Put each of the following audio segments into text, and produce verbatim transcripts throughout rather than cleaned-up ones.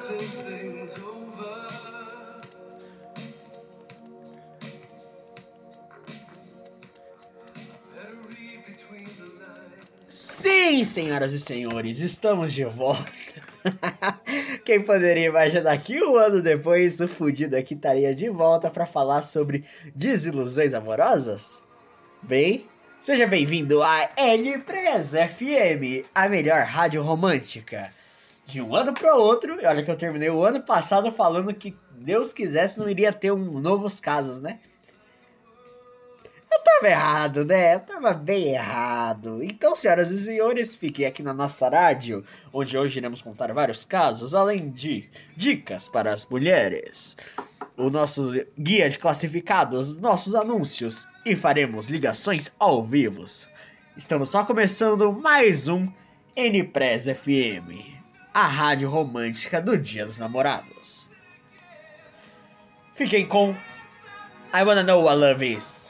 Sim, senhoras e senhores, estamos de volta. Quem poderia imaginar que um ano depois o fudido aqui estaria de volta para falar sobre desilusões amorosas? Bem, seja bem-vindo a N-Press F M, a melhor rádio romântica. De um ano para outro, e olha que eu terminei o ano passado falando que Deus quisesse não iria ter um novos casos, né? Eu tava errado, né? Eu tava bem errado. Então, senhoras e senhores, fiquem aqui na nossa rádio, onde hoje iremos contar vários casos, além de dicas para as mulheres, o nosso guia de classificados, nossos anúncios e faremos ligações ao vivo. Estamos só começando mais um N-Press F M, a rádio romântica do Dia dos Namorados. Fiquem com I Wanna Know What Love Is.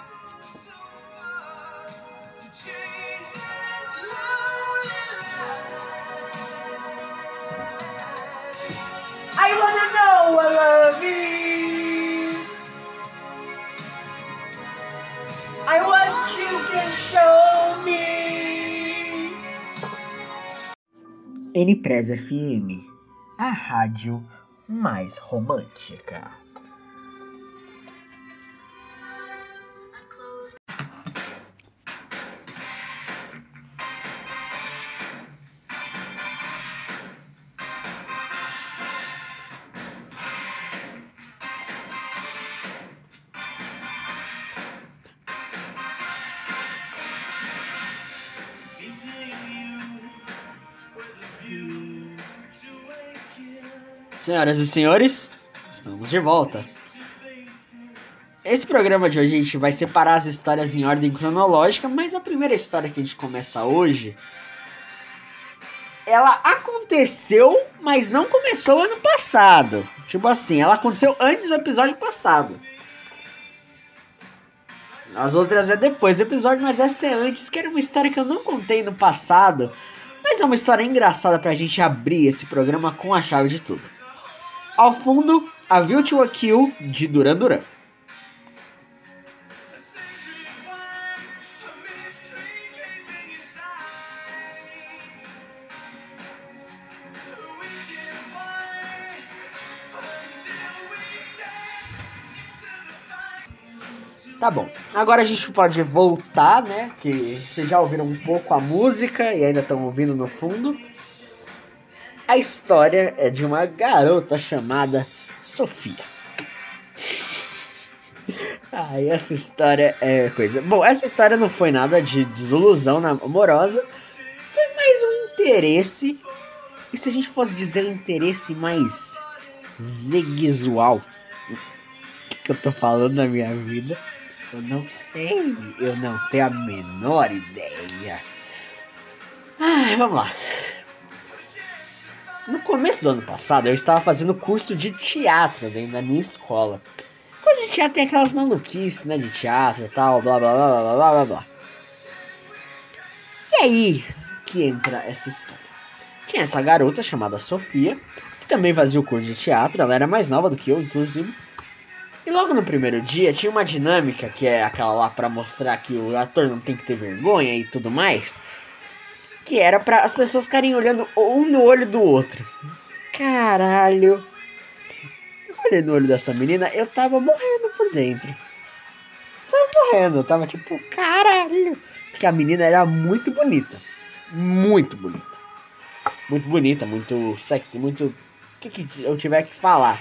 I wanna know what love is. I want you to show me. N-Press F M, a rádio mais romântica. Senhoras e senhores, estamos de volta. Esse programa de hoje a gente vai separar as histórias em ordem cronológica, mas a primeira história que a gente começa hoje, ela aconteceu, mas não começou ano passado. Tipo assim, ela aconteceu antes do episódio passado. As outras é depois do episódio, mas essa é antes, que era uma história que eu não contei no passado, mas é uma história engraçada pra gente abrir esse programa com a chave de tudo. Ao fundo, a Virtua Kill de Duran Duran. Tá bom, agora a gente pode voltar, né? Que vocês já ouviram um pouco a música e ainda estão ouvindo no fundo. A história é de uma garota chamada Sofia. Ah, e essa história é coisa... Bom, essa história não foi nada de desilusão amorosa. Foi mais um interesse. E se a gente fosse dizer um interesse mais sexual, o que, que eu tô falando na minha vida? Eu não sei. Eu não tenho a menor ideia. Ah, vamos lá. No começo do ano passado, eu estava fazendo curso de teatro dentro da minha escola. Quando a gente já tem aquelas maluquices, né, de teatro e tal, blá blá blá blá blá blá blá. E aí que entra essa história. Tinha essa garota chamada Sofia, que também fazia o curso de teatro, ela era mais nova do que eu, inclusive. E logo no primeiro dia tinha uma dinâmica, que é aquela lá pra mostrar que o ator não tem que ter vergonha e tudo mais, que era pra as pessoas ficarem olhando um no olho do outro. Caralho. Eu olhei no olho dessa menina, eu tava morrendo por dentro. Tava morrendo, eu tava tipo, caralho. Porque a menina era muito bonita. Muito bonita. Muito bonita, muito sexy, muito... O que, que eu tiver que falar?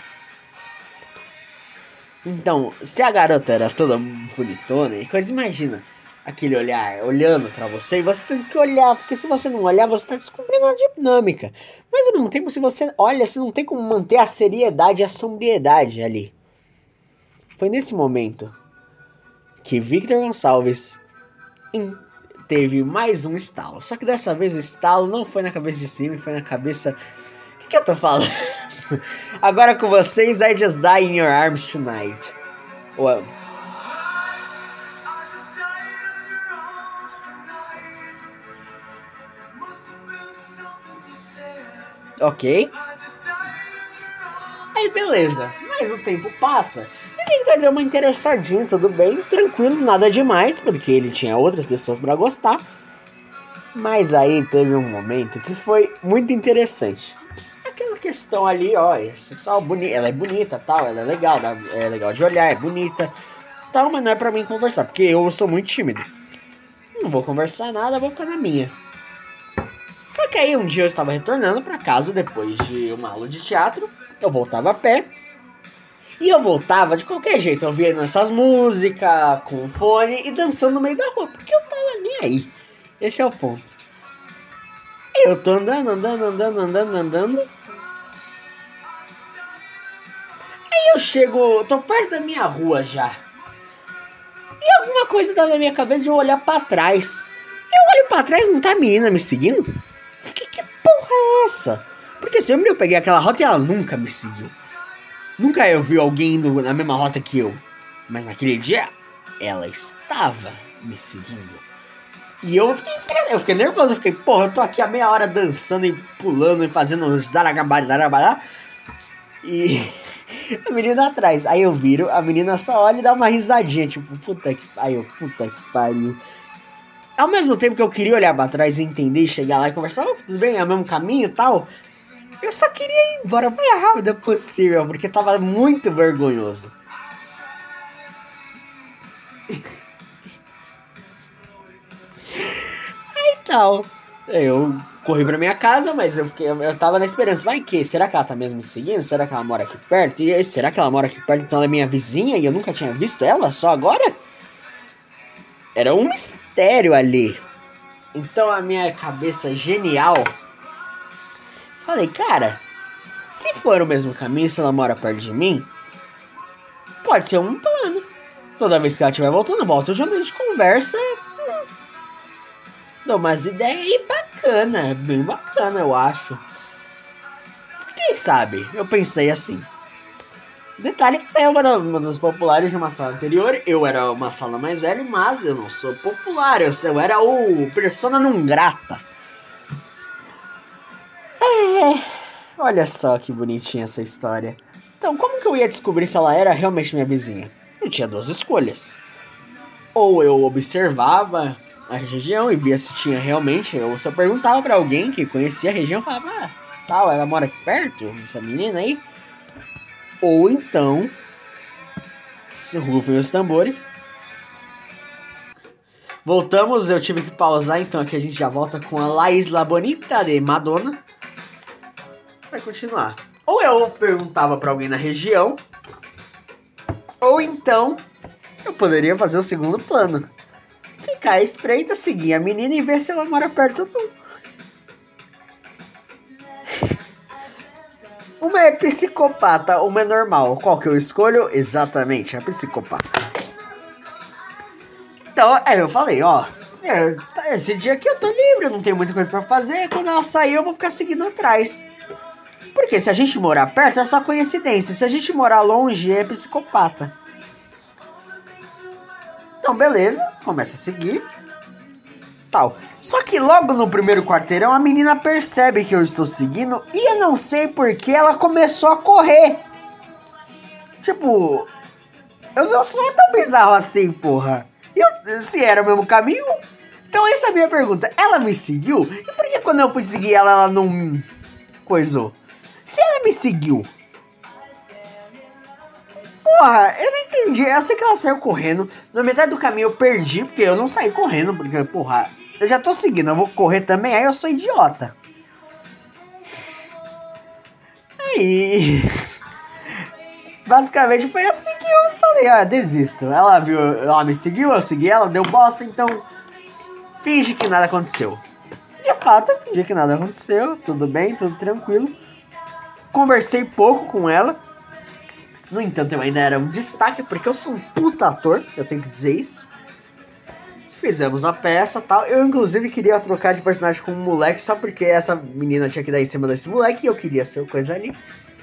Então, se a garota era toda bonitona e coisa, imagina aquele olhar olhando pra você e você tem que olhar, porque se você não olhar, você tá descobrindo a dinâmica. Mas ao mesmo tempo, se você olha, você não tem como manter a seriedade e a sobriedade ali. Foi nesse momento que Victor Gonçalves teve mais um estalo. Só que dessa vez o estalo não foi na cabeça de cima, foi na cabeça... O que, que eu tô falando? Agora com vocês, I Just Die in Your Arms Tonight. Well, ok. beleza. Mas o tempo passa. E Victor deu uma interessadinha, tudo bem, tranquilo, nada demais, porque ele tinha outras pessoas pra gostar. Mas aí teve um momento que foi muito interessante. Aquela questão ali, ó, sexual, boni ela é bonita, tal, ela é legal, é legal de olhar, é bonita, tal, mas não é pra mim conversar, porque eu sou muito tímido. Não vou conversar nada, vou ficar na minha. Só que aí um dia eu estava retornando pra casa depois de uma aula de teatro, eu voltava a pé, e eu voltava de qualquer jeito, ouvindo essas músicas, com fone e dançando no meio da rua, porque eu tava nem aí. Esse é o ponto. Eu tô andando, andando, andando, andando, andando. Aí eu chego, tô perto da minha rua já. E alguma coisa dá na minha cabeça de eu olhar pra trás. Eu olho pra trás e não tá a menina me seguindo? Fiquei, que porra é essa? Porque sempre eu peguei aquela rota e ela nunca me seguiu. Nunca eu vi alguém indo na mesma rota que eu. Mas naquele dia, ela estava me seguindo. E eu fiquei, eu fiquei nervoso, eu fiquei, porra, eu tô aqui há meia hora dançando e pulando e fazendo zaragabari, zarabara. E a menina atrás. Aí eu viro, a menina só olha e dá uma risadinha, tipo, puta que... Aí eu, puta que pariu. Ao mesmo tempo que eu queria olhar pra trás e entender e chegar lá e conversar, oh, tudo bem, é o mesmo caminho e tal, eu só queria ir embora o mais rápido possível, porque tava muito vergonhoso. Aí tal, eu corri pra minha casa, mas eu, fiquei, eu tava na esperança, vai que, será que ela tá mesmo me seguindo? Será que ela mora aqui perto? E aí, será que ela mora aqui perto, então ela é minha vizinha e eu nunca tinha visto ela, só agora? Era um mistério ali. Então a minha cabeça genial, falei, cara, se for o mesmo caminho, se ela mora perto de mim, pode ser um plano. Toda vez que ela estiver voltando, volta junto, a gente conversa. Hum, dou umas ideias aí bacana, bem bacana, eu acho. Quem sabe? Eu pensei assim. Detalhe que eu era uma das populares de uma sala anterior, eu era uma sala mais velha, mas eu não sou popular, eu, eu era o persona non grata. É, olha só que bonitinha essa história. Então, como que eu ia descobrir se ela era realmente minha vizinha? Eu tinha duas escolhas. Ou eu observava a região e via se tinha realmente, ou se eu perguntava pra alguém que conhecia a região, eu falava, ah, tal, ela mora aqui perto, essa menina aí. Ou então, se rufem os tambores. Voltamos, eu tive que pausar, então aqui a gente já volta com a La Isla Bonita de Madonna. Vai continuar. Ou eu perguntava pra alguém na região, ou então eu poderia fazer o segundo plano. Ficar à espreita, seguir a menina e ver se ela mora perto ou não. Uma é psicopata, uma é normal. Qual que eu escolho? Exatamente, a psicopata. Então, aí eu falei, ó, é, esse dia aqui eu tô livre, eu não tenho muita coisa pra fazer. Quando ela sair, eu vou ficar seguindo atrás. Porque se a gente morar perto, é só coincidência. Se a gente morar longe, é psicopata. Então, beleza, começa a seguir. Tal. Só que logo no primeiro quarteirão a menina percebe que eu estou seguindo e eu não sei porque ela começou a correr. Tipo, eu não sou tão bizarro assim, porra. Eu, se era o mesmo caminho. Então essa é a minha pergunta. Ela me seguiu? E por que quando eu fui seguir ela, ela não coisou? Se ela me seguiu, porra, eu não entendi. Eu sei que ela saiu correndo. Na metade do caminho eu perdi, porque eu não saí correndo, porque, porra, eu já tô seguindo, eu vou correr também, aí eu sou idiota. Aí, basicamente foi assim que eu falei, ah, desisto. Ela viu, ela me seguiu, eu segui ela, deu bosta, então finge que nada aconteceu. De fato, eu fingi que nada aconteceu, tudo bem, tudo tranquilo. Conversei pouco com ela. No entanto, eu ainda era um destaque, porque eu sou um puta ator, eu tenho que dizer isso. Fizemos uma peça e tal. Eu, inclusive, queria trocar de personagem com um moleque, só porque essa menina tinha que dar em cima desse moleque e eu queria ser coisa ali.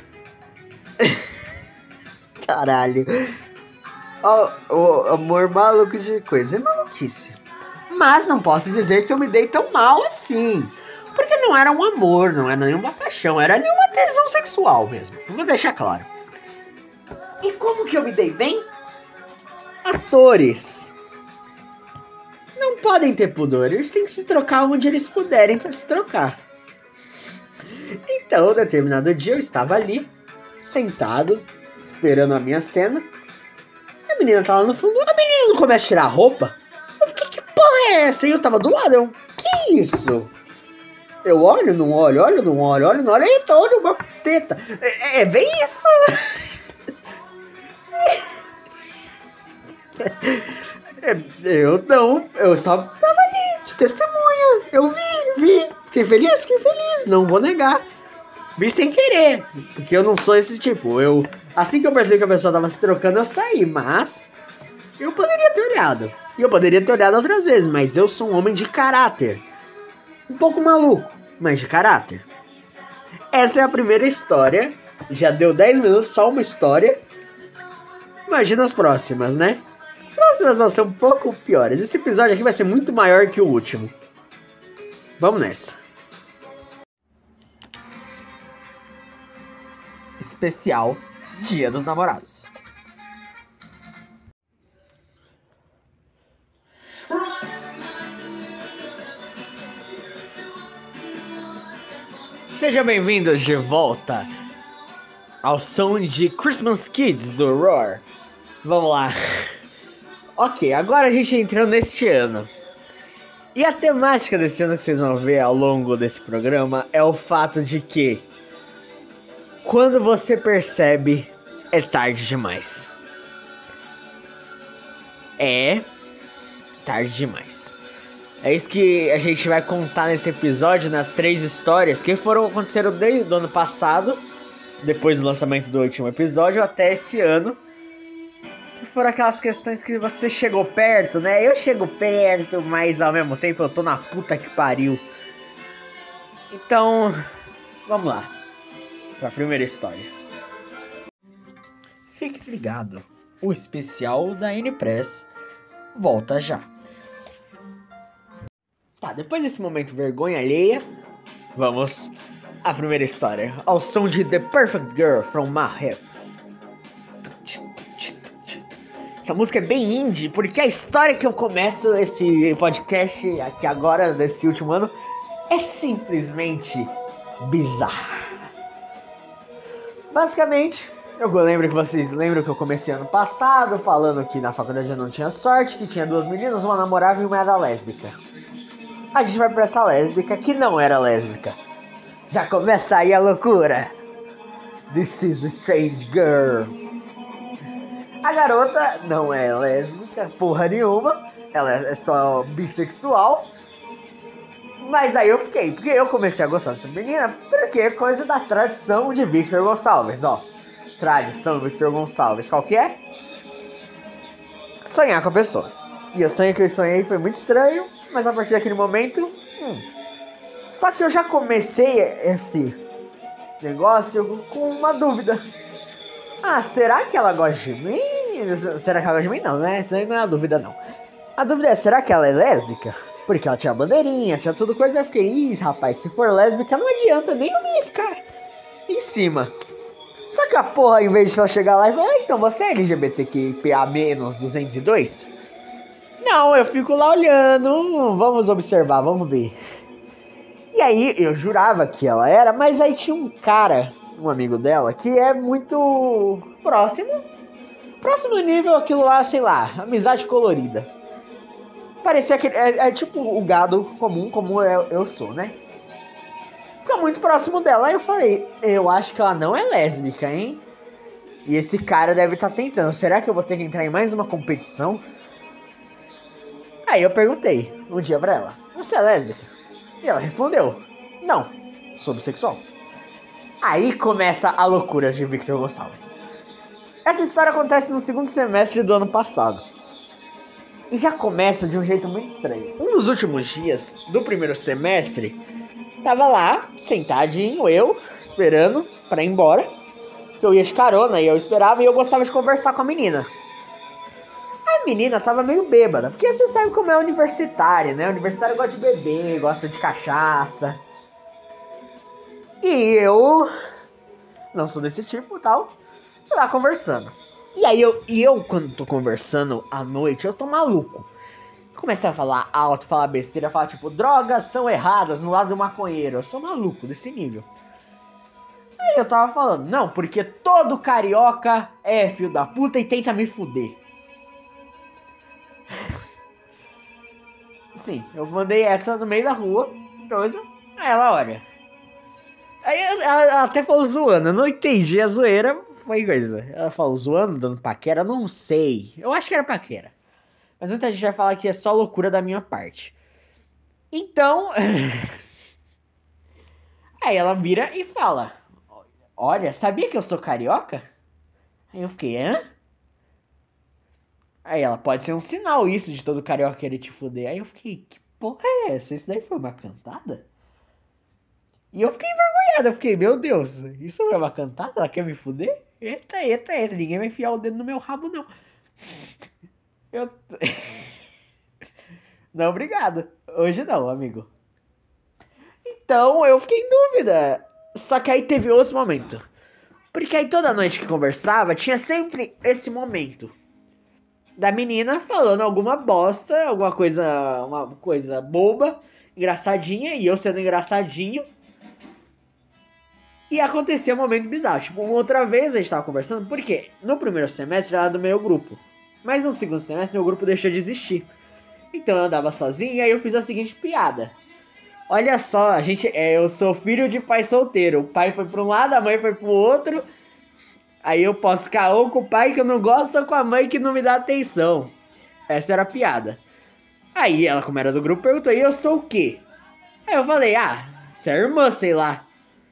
Caralho. O, o amor maluco de coisa. É maluquice. Mas não posso dizer que eu me dei tão mal assim. Porque não era um amor, não era nenhuma paixão. Era ali uma tesão sexual mesmo. Vou deixar claro. E como que eu me dei bem? Atores não podem ter pudor, eles têm que se trocar onde eles puderem pra se trocar. Então, determinado dia eu estava ali, sentado, esperando a minha cena. A menina tá lá no fundo, a menina não começa a tirar a roupa. Eu fiquei, que porra é essa? E eu tava do lado, eu, que isso? Eu olho, não olho, olho, não olho, olho, não olho, eita, olha uma teta. É, é bem isso. Eu não, eu só tava ali, de testemunha. Eu vi, vi, fiquei feliz, fiquei feliz, não vou negar. Vi sem querer, porque eu não sou esse tipo. Eu, assim que eu percebi que a pessoa tava se trocando, eu saí, mas eu poderia ter olhado. E eu poderia ter olhado outras vezes, mas eu sou um homem de caráter. Um pouco maluco, mas de caráter. Essa é a primeira história. Já deu dez minutos, só uma história. Imagina as próximas, né? As próximas vão ser um pouco piores. Esse episódio aqui vai ser muito maior que o último. Vamos nessa. Especial Dia dos Namorados. Sejam bem-vindos de volta ao som de Christmas Kids do Roar. Vamos lá. Ok, agora a gente entrou neste ano. E a temática desse ano que vocês vão ver ao longo desse programa é o fato de que quando você percebe, é tarde demais. É tarde demais. É isso que a gente vai contar nesse episódio, nas três histórias que foram aconteceram desde o ano passado, depois do lançamento do último episódio, até esse ano. Que foram aquelas questões que você chegou perto, né? Eu chego perto, mas ao mesmo tempo eu tô na puta que pariu. Então, vamos lá. Pra primeira história. Fique ligado. O especial da N-Press volta já. Tá, depois desse momento vergonha alheia, vamos à primeira história. Ao som de The Perfect Girl from My Hips. Essa música é bem indie, porque a história que eu começo esse podcast aqui agora, desse último ano, é simplesmente bizarra. Basicamente, eu lembro que vocês lembram que eu comecei ano passado falando que na faculdade eu não tinha sorte, que tinha duas meninas, uma namorava e uma era lésbica. A gente vai pra essa lésbica que não era lésbica. Já começa aí a loucura. This is a strange girl. A garota não é lésbica, porra nenhuma. Ela é só bissexual. Mas aí eu fiquei, porque eu comecei a gostar dessa menina, porque é coisa da tradição de Victor Gonçalves, ó. Tradição de Victor Gonçalves, qual que é? Sonhar com a pessoa. E o sonho que eu sonhei foi muito estranho, mas a partir daquele momento, hum. Só que eu já comecei esse negócio com uma dúvida. Ah, será que ela gosta de mim? Será que ela gosta de mim? Não, né? Isso aí não é a dúvida, não. A dúvida é, será que ela é lésbica? Porque ela tinha bandeirinha, tinha tudo coisa. Eu fiquei, ih, rapaz, se for lésbica, não adianta nem eu me ficar em cima. Só que a porra, em vez de ela chegar lá e falar, ah, então você é L G B T Q I A menos duzentos e dois? Não, eu fico lá olhando, vamos observar, vamos ver. E aí, eu jurava que ela era, mas aí tinha um cara, um amigo dela, que é muito próximo. Próximo nível, aquilo lá, sei lá, amizade colorida. Parecia que é, é tipo o gado comum, como eu, eu sou, né? Fica muito próximo dela. Aí eu falei, eu acho que ela não é lésbica, hein? E esse cara deve estar tentando. Será que eu vou ter que entrar em mais uma competição? Aí eu perguntei um dia pra ela, você é lésbica? E ela respondeu, não, sou bissexual. Aí começa a loucura de Victor Gonçalves. Essa história acontece no segundo semestre do ano passado. E já começa de um jeito muito estranho. Um dos últimos dias do primeiro semestre, tava lá, sentadinho, eu, esperando pra ir embora. Que eu ia de carona e eu esperava e eu gostava de conversar com a menina. A menina tava meio bêbada, porque você sabe como é universitária, né? Universitário gosta de beber, gosta de cachaça. E eu não sou desse tipo e tal. Fui lá conversando. E aí eu, e eu quando tô conversando à noite, eu tô maluco. Começar a falar alto, falar besteira, falar tipo, drogas são erradas no lado do maconheiro. Eu sou maluco desse nível. Aí eu tava falando, não, porque todo carioca é filho da puta e tenta me fuder. Sim, eu mandei essa no meio da rua, coisa. Aí ela olha. Aí ela, ela até falou zoando, eu não entendi a zoeira, foi coisa. Ela falou zoando, dando paquera, não sei. Eu acho que era paquera. Mas muita gente vai falar que é só loucura da minha parte. Então. Aí ela vira e fala: olha, sabia que eu sou carioca? Aí eu fiquei, hã? Aí ela, pode ser um sinal isso de todo carioca querer te fuder. Aí eu fiquei, que porra é essa? Isso daí foi uma cantada? E eu fiquei envergonhado, eu fiquei, meu Deus, isso foi uma cantada? Ela quer me fuder? Eita, eita, eita, ninguém vai enfiar o dedo no meu rabo, não. Eu... Não, obrigado. Hoje não, amigo. Então, eu fiquei em dúvida. Só que aí teve outro momento. Porque aí toda noite que conversava, tinha sempre esse momento da menina falando alguma bosta, alguma coisa, uma coisa boba, engraçadinha, e eu sendo engraçadinho. E acontecia momentos bizarros. Tipo, uma outra vez a gente tava conversando, porque no primeiro semestre ela era do meu grupo. Mas no segundo semestre meu grupo deixou de existir. Então eu andava sozinho e aí eu fiz a seguinte piada. Olha só, a gente, é, eu sou filho de pai solteiro. O pai foi pra um lado, a mãe foi pro outro. Aí eu posso ficar ou com o pai que eu não gosto ou com a mãe que não me dá atenção. Essa era a piada. Aí ela, como era do grupo, perguntou, e eu sou o quê? Aí eu falei, ah, você é irmã, sei lá.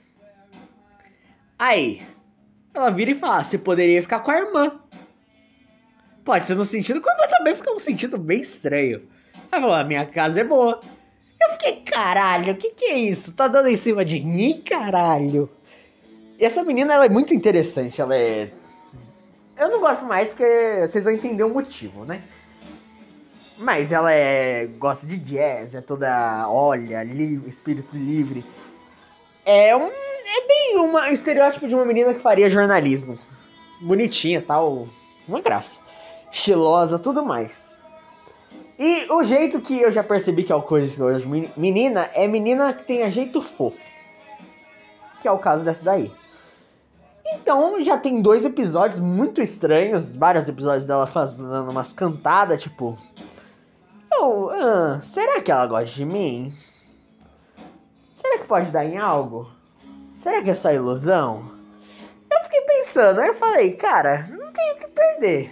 Aí, ela vira e fala, você poderia ficar com a irmã. Pode ser no sentido, como também fica um sentido bem estranho. Ela falou, a minha casa é boa. Eu fiquei, caralho, o que que é isso? Tá dando em cima de mim, caralho? E essa menina, ela é muito interessante, ela é... Eu não gosto mais porque vocês vão entender o motivo, né? Mas ela é... gosta de jazz, é toda... olha, livre, espírito livre. É um... é bem um estereótipo de uma menina que faria jornalismo. Bonitinha, tal, uma graça. Estilosa, tudo mais. E o jeito que eu já percebi que é o coisa de menina é menina que tem jeito fofo. Que é o caso dessa daí. Então já tem dois episódios muito estranhos. Vários episódios dela fazendo umas cantadas, tipo... Eu, ah, será que ela gosta de mim? Será que pode dar em algo? Será que é só ilusão? Eu fiquei pensando, aí eu falei, cara, não tenho o que perder.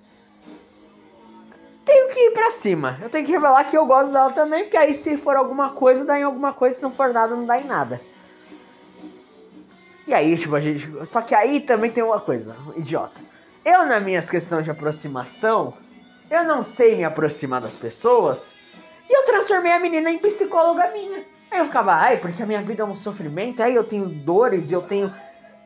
Tenho que ir pra cima. Eu tenho que revelar que eu gosto dela também, porque aí se for alguma coisa, dá em alguma coisa, se não for nada, não dá em nada. E aí, tipo, a gente... Só que aí também tem uma coisa, idiota. Eu, nas minhas questões de aproximação, eu não sei me aproximar das pessoas, e eu transformei a menina em psicóloga minha. Aí eu ficava, ai, porque a minha vida é um sofrimento, aí eu tenho dores e eu tenho...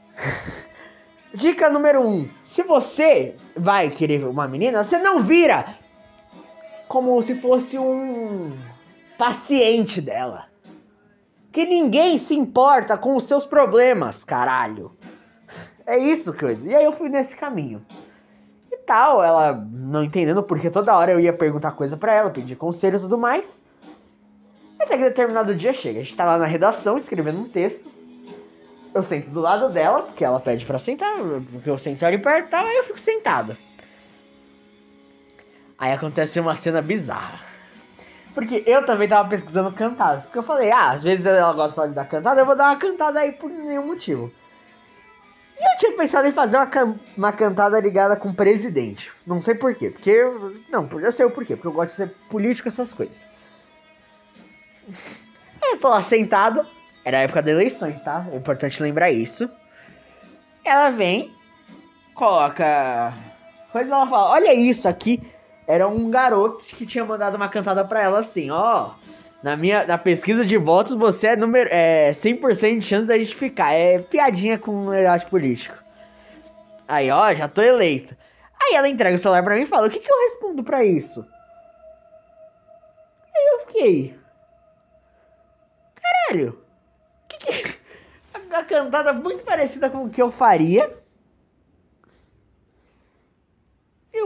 Dica número um, se você vai querer uma menina, você não vira como se fosse um paciente dela. Que ninguém se importa com os seus problemas, caralho. É isso, coisa. E aí eu fui nesse caminho. E tal, ela não entendendo porque toda hora eu ia perguntar coisa pra ela, pedir conselho e tudo mais. Até que determinado dia chega, a gente tá lá na redação escrevendo um texto. Eu sento do lado dela, porque ela pede pra sentar, porque eu sento ali perto e tal, aí eu fico sentado. Aí acontece uma cena bizarra. Porque eu também tava pesquisando cantadas. Porque eu falei, ah, às vezes ela gosta só de dar cantada, eu vou dar uma cantada aí por nenhum motivo. E eu tinha pensado em fazer uma, can uma cantada ligada com o presidente. Não sei porquê. Porque. Eu, não, eu sei o porquê. Porque eu gosto de ser político, essas coisas. Aí eu tô lá sentado. Era a época das eleições, tá? É importante lembrar isso. Ela vem, coloca... Coisa, ela fala, olha isso aqui. Era um garoto que tinha mandado uma cantada pra ela assim, ó. Na minha na pesquisa de votos, você é, número, é cem por cento de chance da gente ficar. É piadinha com o debate político. Aí, ó, já tô eleito. Aí ela entrega o celular pra mim e fala, o que que eu respondo pra isso? Aí eu fiquei... Caralho. Que que... A cantada muito parecida com o que eu faria.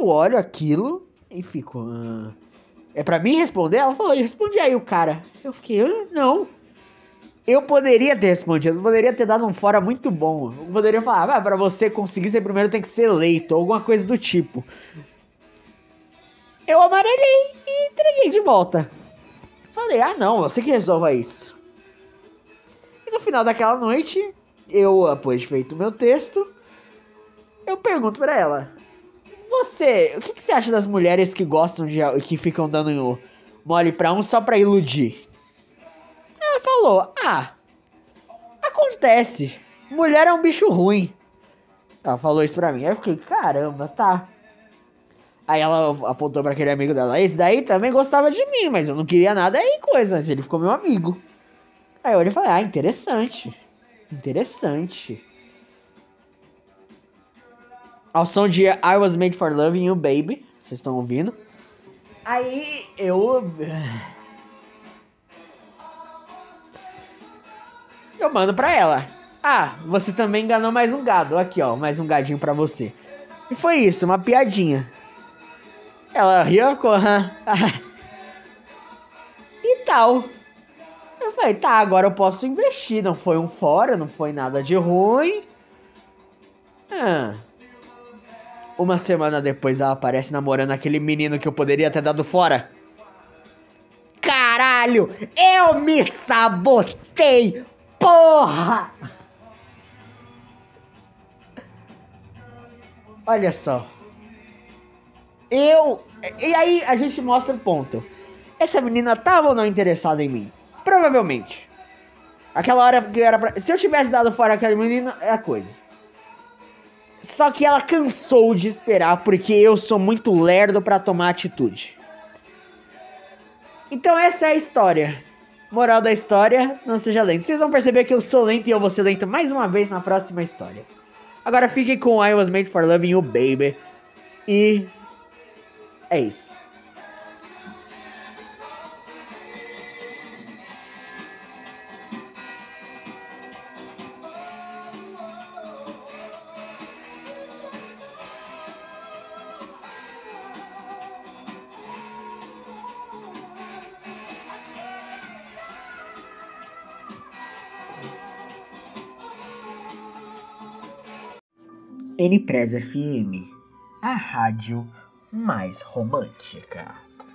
eu olho aquilo e fico... Ah, é pra mim responder? Ela falou, responde aí o cara. Eu fiquei, ah, não. Eu poderia ter respondido, eu poderia ter dado um fora muito bom. Eu poderia falar, ah, pra você conseguir ser primeiro tem que ser eleito, alguma coisa do tipo. Eu amarelei e entreguei de volta. Falei, ah não, você que resolva isso. E no final daquela noite, eu, após de feito o meu texto, eu pergunto pra ela, você, o que, que você acha das mulheres que gostam de, que ficam dando mole pra um só pra iludir? Ela falou, ah, acontece, mulher é um bicho ruim. Ela falou isso pra mim, aí eu fiquei, caramba, tá. Aí ela apontou pra aquele amigo dela, esse daí também gostava de mim, mas eu não queria nada aí coisa, mas ele ficou meu amigo. Aí eu olhei e falei, ah, interessante, interessante. Ao som de I Was Made For Loving You, Baby, vocês estão ouvindo? Aí eu... Eu mando pra ela. Ah, você também enganou mais um gado. Aqui, ó, mais um gadinho pra você. E foi isso, uma piadinha. Ela riu, ficou... e tal. Eu falei, tá, agora eu posso investir. Não foi um fora, não foi nada de ruim. Ah... Uma semana depois ela aparece namorando aquele menino que eu poderia ter dado fora. Caralho, eu me sabotei, porra! Olha só. Eu... E aí a gente mostra o ponto. Essa menina tava ou não interessada em mim? Provavelmente. Aquela hora que eu era pra... Se eu tivesse dado fora aquela menina, é a coisa. Só que ela cansou de esperar porque eu sou muito lerdo pra tomar atitude. Então essa é a história. Moral da história, não seja lento. Vocês vão perceber que eu sou lento e eu vou ser lento mais uma vez na próxima história. Agora fiquem com I Was Made For Loving You, Baby. E... é isso. N-Press F M, a rádio mais romântica.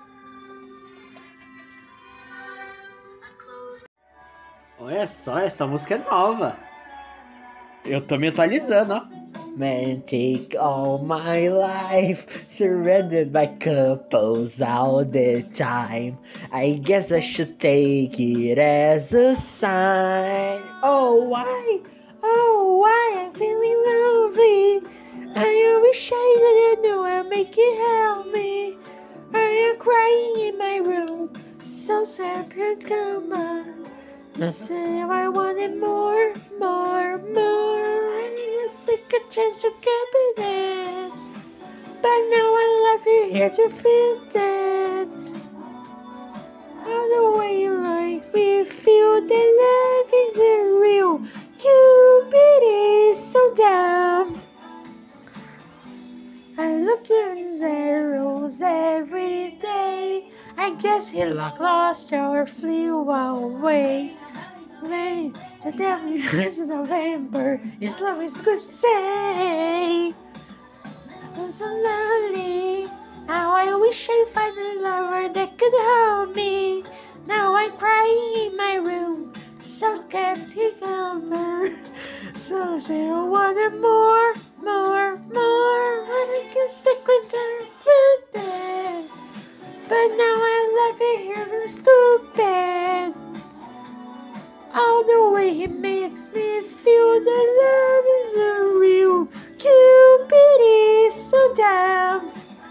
Olha só, essa música é nova. Eu tô me atualizando, ó. Man, take all my life, surrendered by couples all the time. I guess I should take it as a sign. Oh, why? Oh, why I'm feeling lonely. I wish I didn't know I'd make it help me. I am crying in my room, so sad, come on. I say I wanted more, more, more. I need a second chance to get it. But now I love you here to feel that. All the way you likes me feel that love is a real. Cupid is so dumb. I look at zeros every day. I guess he lost or flew away. May to tell me it's November. His love is good to say. I'm so lonely. Now I wish I find a lover that could hold me. Now I'm crying in my room, so scared to come. So say I wanted more, more, more. And I can stick with her food then. But now I love it here and stupid. All the way he makes me feel that love is a real. Cupid is so dumb.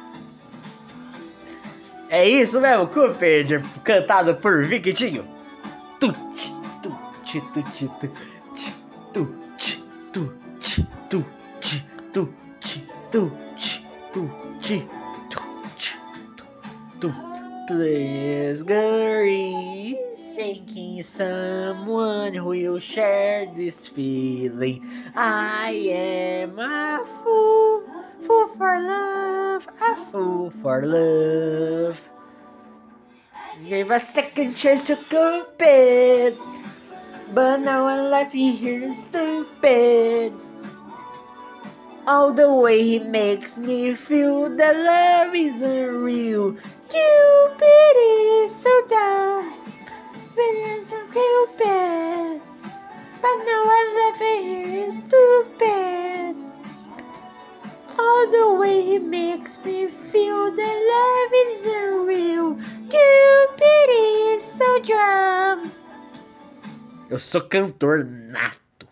É isso mesmo, Cupid, cantado por Victinho. Tuti, tuti, tuti, tuti, tuti, tuti, tuti, tuti, tuti, tuti, tuti, tuti. Please, girlie, seeking someone who will share this feeling. I am a fool Fool for love, a fool for love. Gave a second chance to compete, but now I'm left here stupid. All the way he makes me feel that love is unreal. Cupid is so dumb, but it's so Cupid. But now I'm left here stupid. All the way he makes me feel that love is unreal. Cupid is so dumb. Eu sou cantor nato.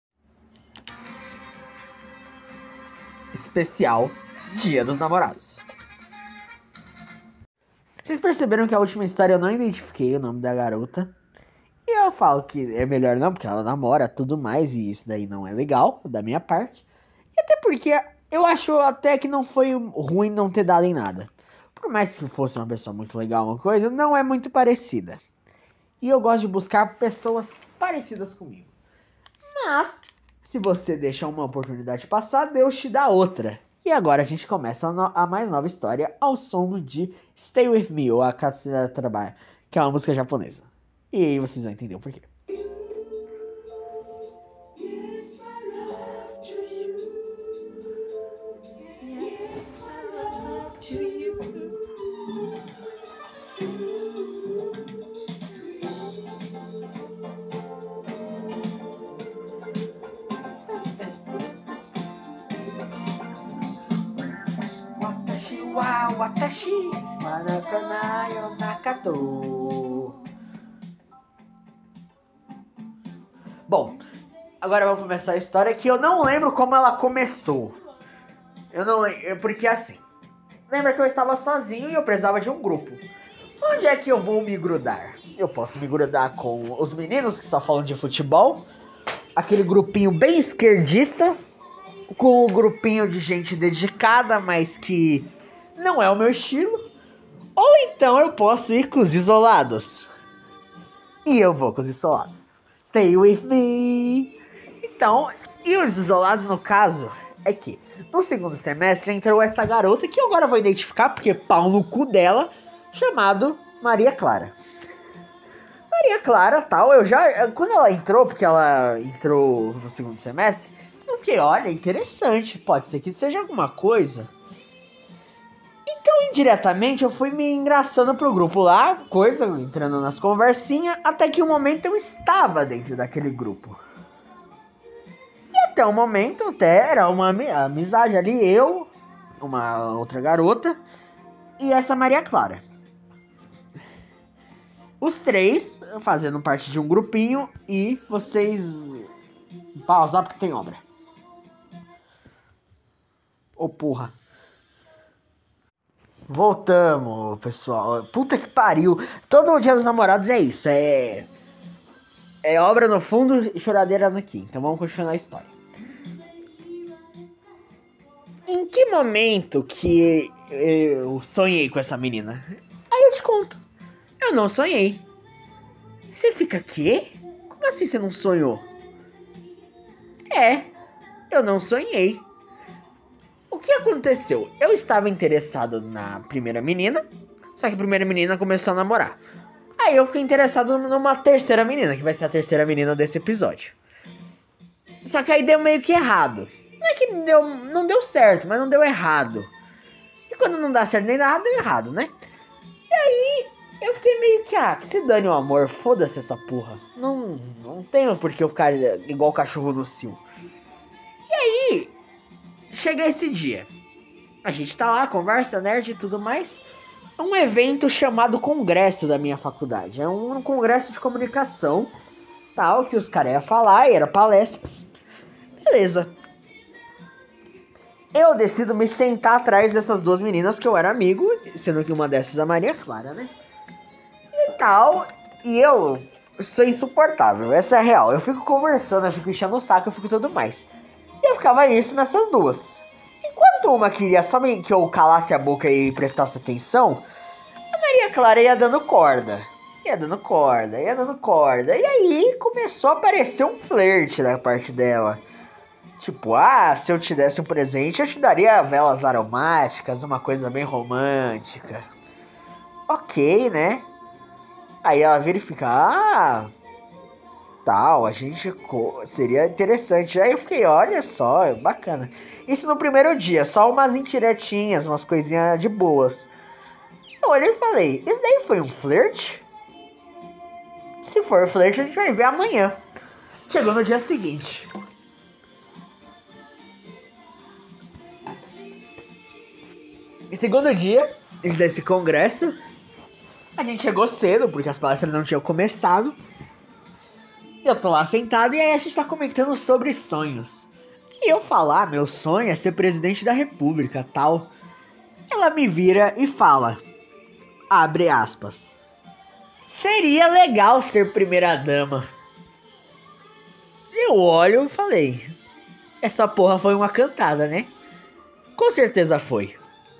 Especial Dia dos Namorados. Vocês perceberam que a última história eu não identifiquei o nome da garota. E eu falo que é melhor não, porque ela namora tudo mais. E isso daí não é legal da minha parte. E até porque eu acho até que não foi ruim não ter dado em nada. Por mais que fosse uma pessoa muito legal, uma coisa, não é muito parecida. E eu gosto de buscar pessoas parecidas comigo. Mas, se você deixa uma oportunidade passar, Deus te dá outra. E agora a gente começa a, no- a mais nova história ao som de Stay With Me, ou A Katsuya Trabalha, que é uma música japonesa. E aí vocês vão entender o porquê. Watashi wa watashi manakana yo nakato. Bom, agora vamos começar a história que eu não lembro como ela começou. Eu não lembro, porque assim, lembra que eu estava sozinho e eu precisava de um grupo. Onde é que eu vou me grudar? Eu posso me grudar com os meninos que só falam de futebol, aquele grupinho bem esquerdista, com o grupinho de gente dedicada, mas que não é o meu estilo. Ou então eu posso ir com os isolados. E eu vou com os isolados. Stay with me. Então, e os isolados no caso é que no segundo semestre entrou essa garota que eu agora vou identificar, porque pau no cu dela, chamado Maria Clara. Maria Clara, tal, eu já... Quando ela entrou, porque ela entrou no segundo semestre, eu fiquei, olha, interessante, pode ser que seja alguma coisa. Então, indiretamente, eu fui me engraçando pro grupo lá, coisa, entrando nas conversinhas, até que um momento eu estava dentro daquele grupo. E até o momento, até era uma ami- amizade ali, eu, uma outra garota e essa Maria Clara. Os três fazendo parte de um grupinho e vocês... Pausar porque tem obra. Ô, oh, porra. Voltamos, pessoal. Puta que pariu. Todo o Dia dos Namorados é isso. É... É obra no fundo e choradeira no quinto. Então vamos continuar a história. Em que momento que eu sonhei com essa menina? Aí eu te conto. Eu não sonhei. Você fica, quê? Como assim você não sonhou? É, eu não sonhei. O que aconteceu? Eu estava interessado na primeira menina, só que a primeira menina começou a namorar. Aí eu fiquei interessado numa terceira menina, que vai ser a terceira menina desse episódio. Só que aí deu meio que errado. Não é que deu, não deu certo, mas não deu errado. E quando não dá certo nem nada, deu errado, né? E aí eu fiquei meio que, ah, que se dane o amor, foda-se essa porra. Não, não tenho por que eu ficar igual cachorro no cio. E aí, chega esse dia. A gente tá lá, conversa, nerd e tudo mais. Um evento chamado Congresso da minha faculdade. É um congresso de comunicação, tal, que os caras iam falar, e era palestras. Beleza. Eu decido me sentar atrás dessas duas meninas que eu era amigo, sendo que uma dessas é a Maria Clara, né? E tal, e eu sou insuportável, essa é a real. Eu fico conversando, eu fico enchendo o saco, eu fico tudo mais. E eu ficava isso nessas duas. Enquanto uma queria só me- que eu calasse a boca e prestasse atenção, a Maria Clara ia dando corda. Ia dando corda, ia dando corda. E aí começou a aparecer um flerte da parte dela. Tipo, ah, se eu te desse um presente, eu te daria velas aromáticas, uma coisa bem romântica. Ok, né? Aí ela vira e fica, ah, tal, a gente co- seria interessante. Aí eu fiquei, olha só, bacana. Isso no primeiro dia, só umas indiretinhas, umas coisinhas de boas. Eu olhei e falei, isso daí foi um flerte? Se for flerte, a gente vai ver amanhã. Chegou no dia seguinte. E segundo dia desse congresso, a gente chegou cedo, porque as palestras não tinham começado. Eu tô lá sentado e aí a gente tá comentando sobre sonhos. E eu falar, ah, meu sonho é ser presidente da república, tal. Ela me vira e fala, abre aspas, seria legal ser primeira dama. Eu olho e falei, essa porra foi uma cantada, né? Com certeza foi.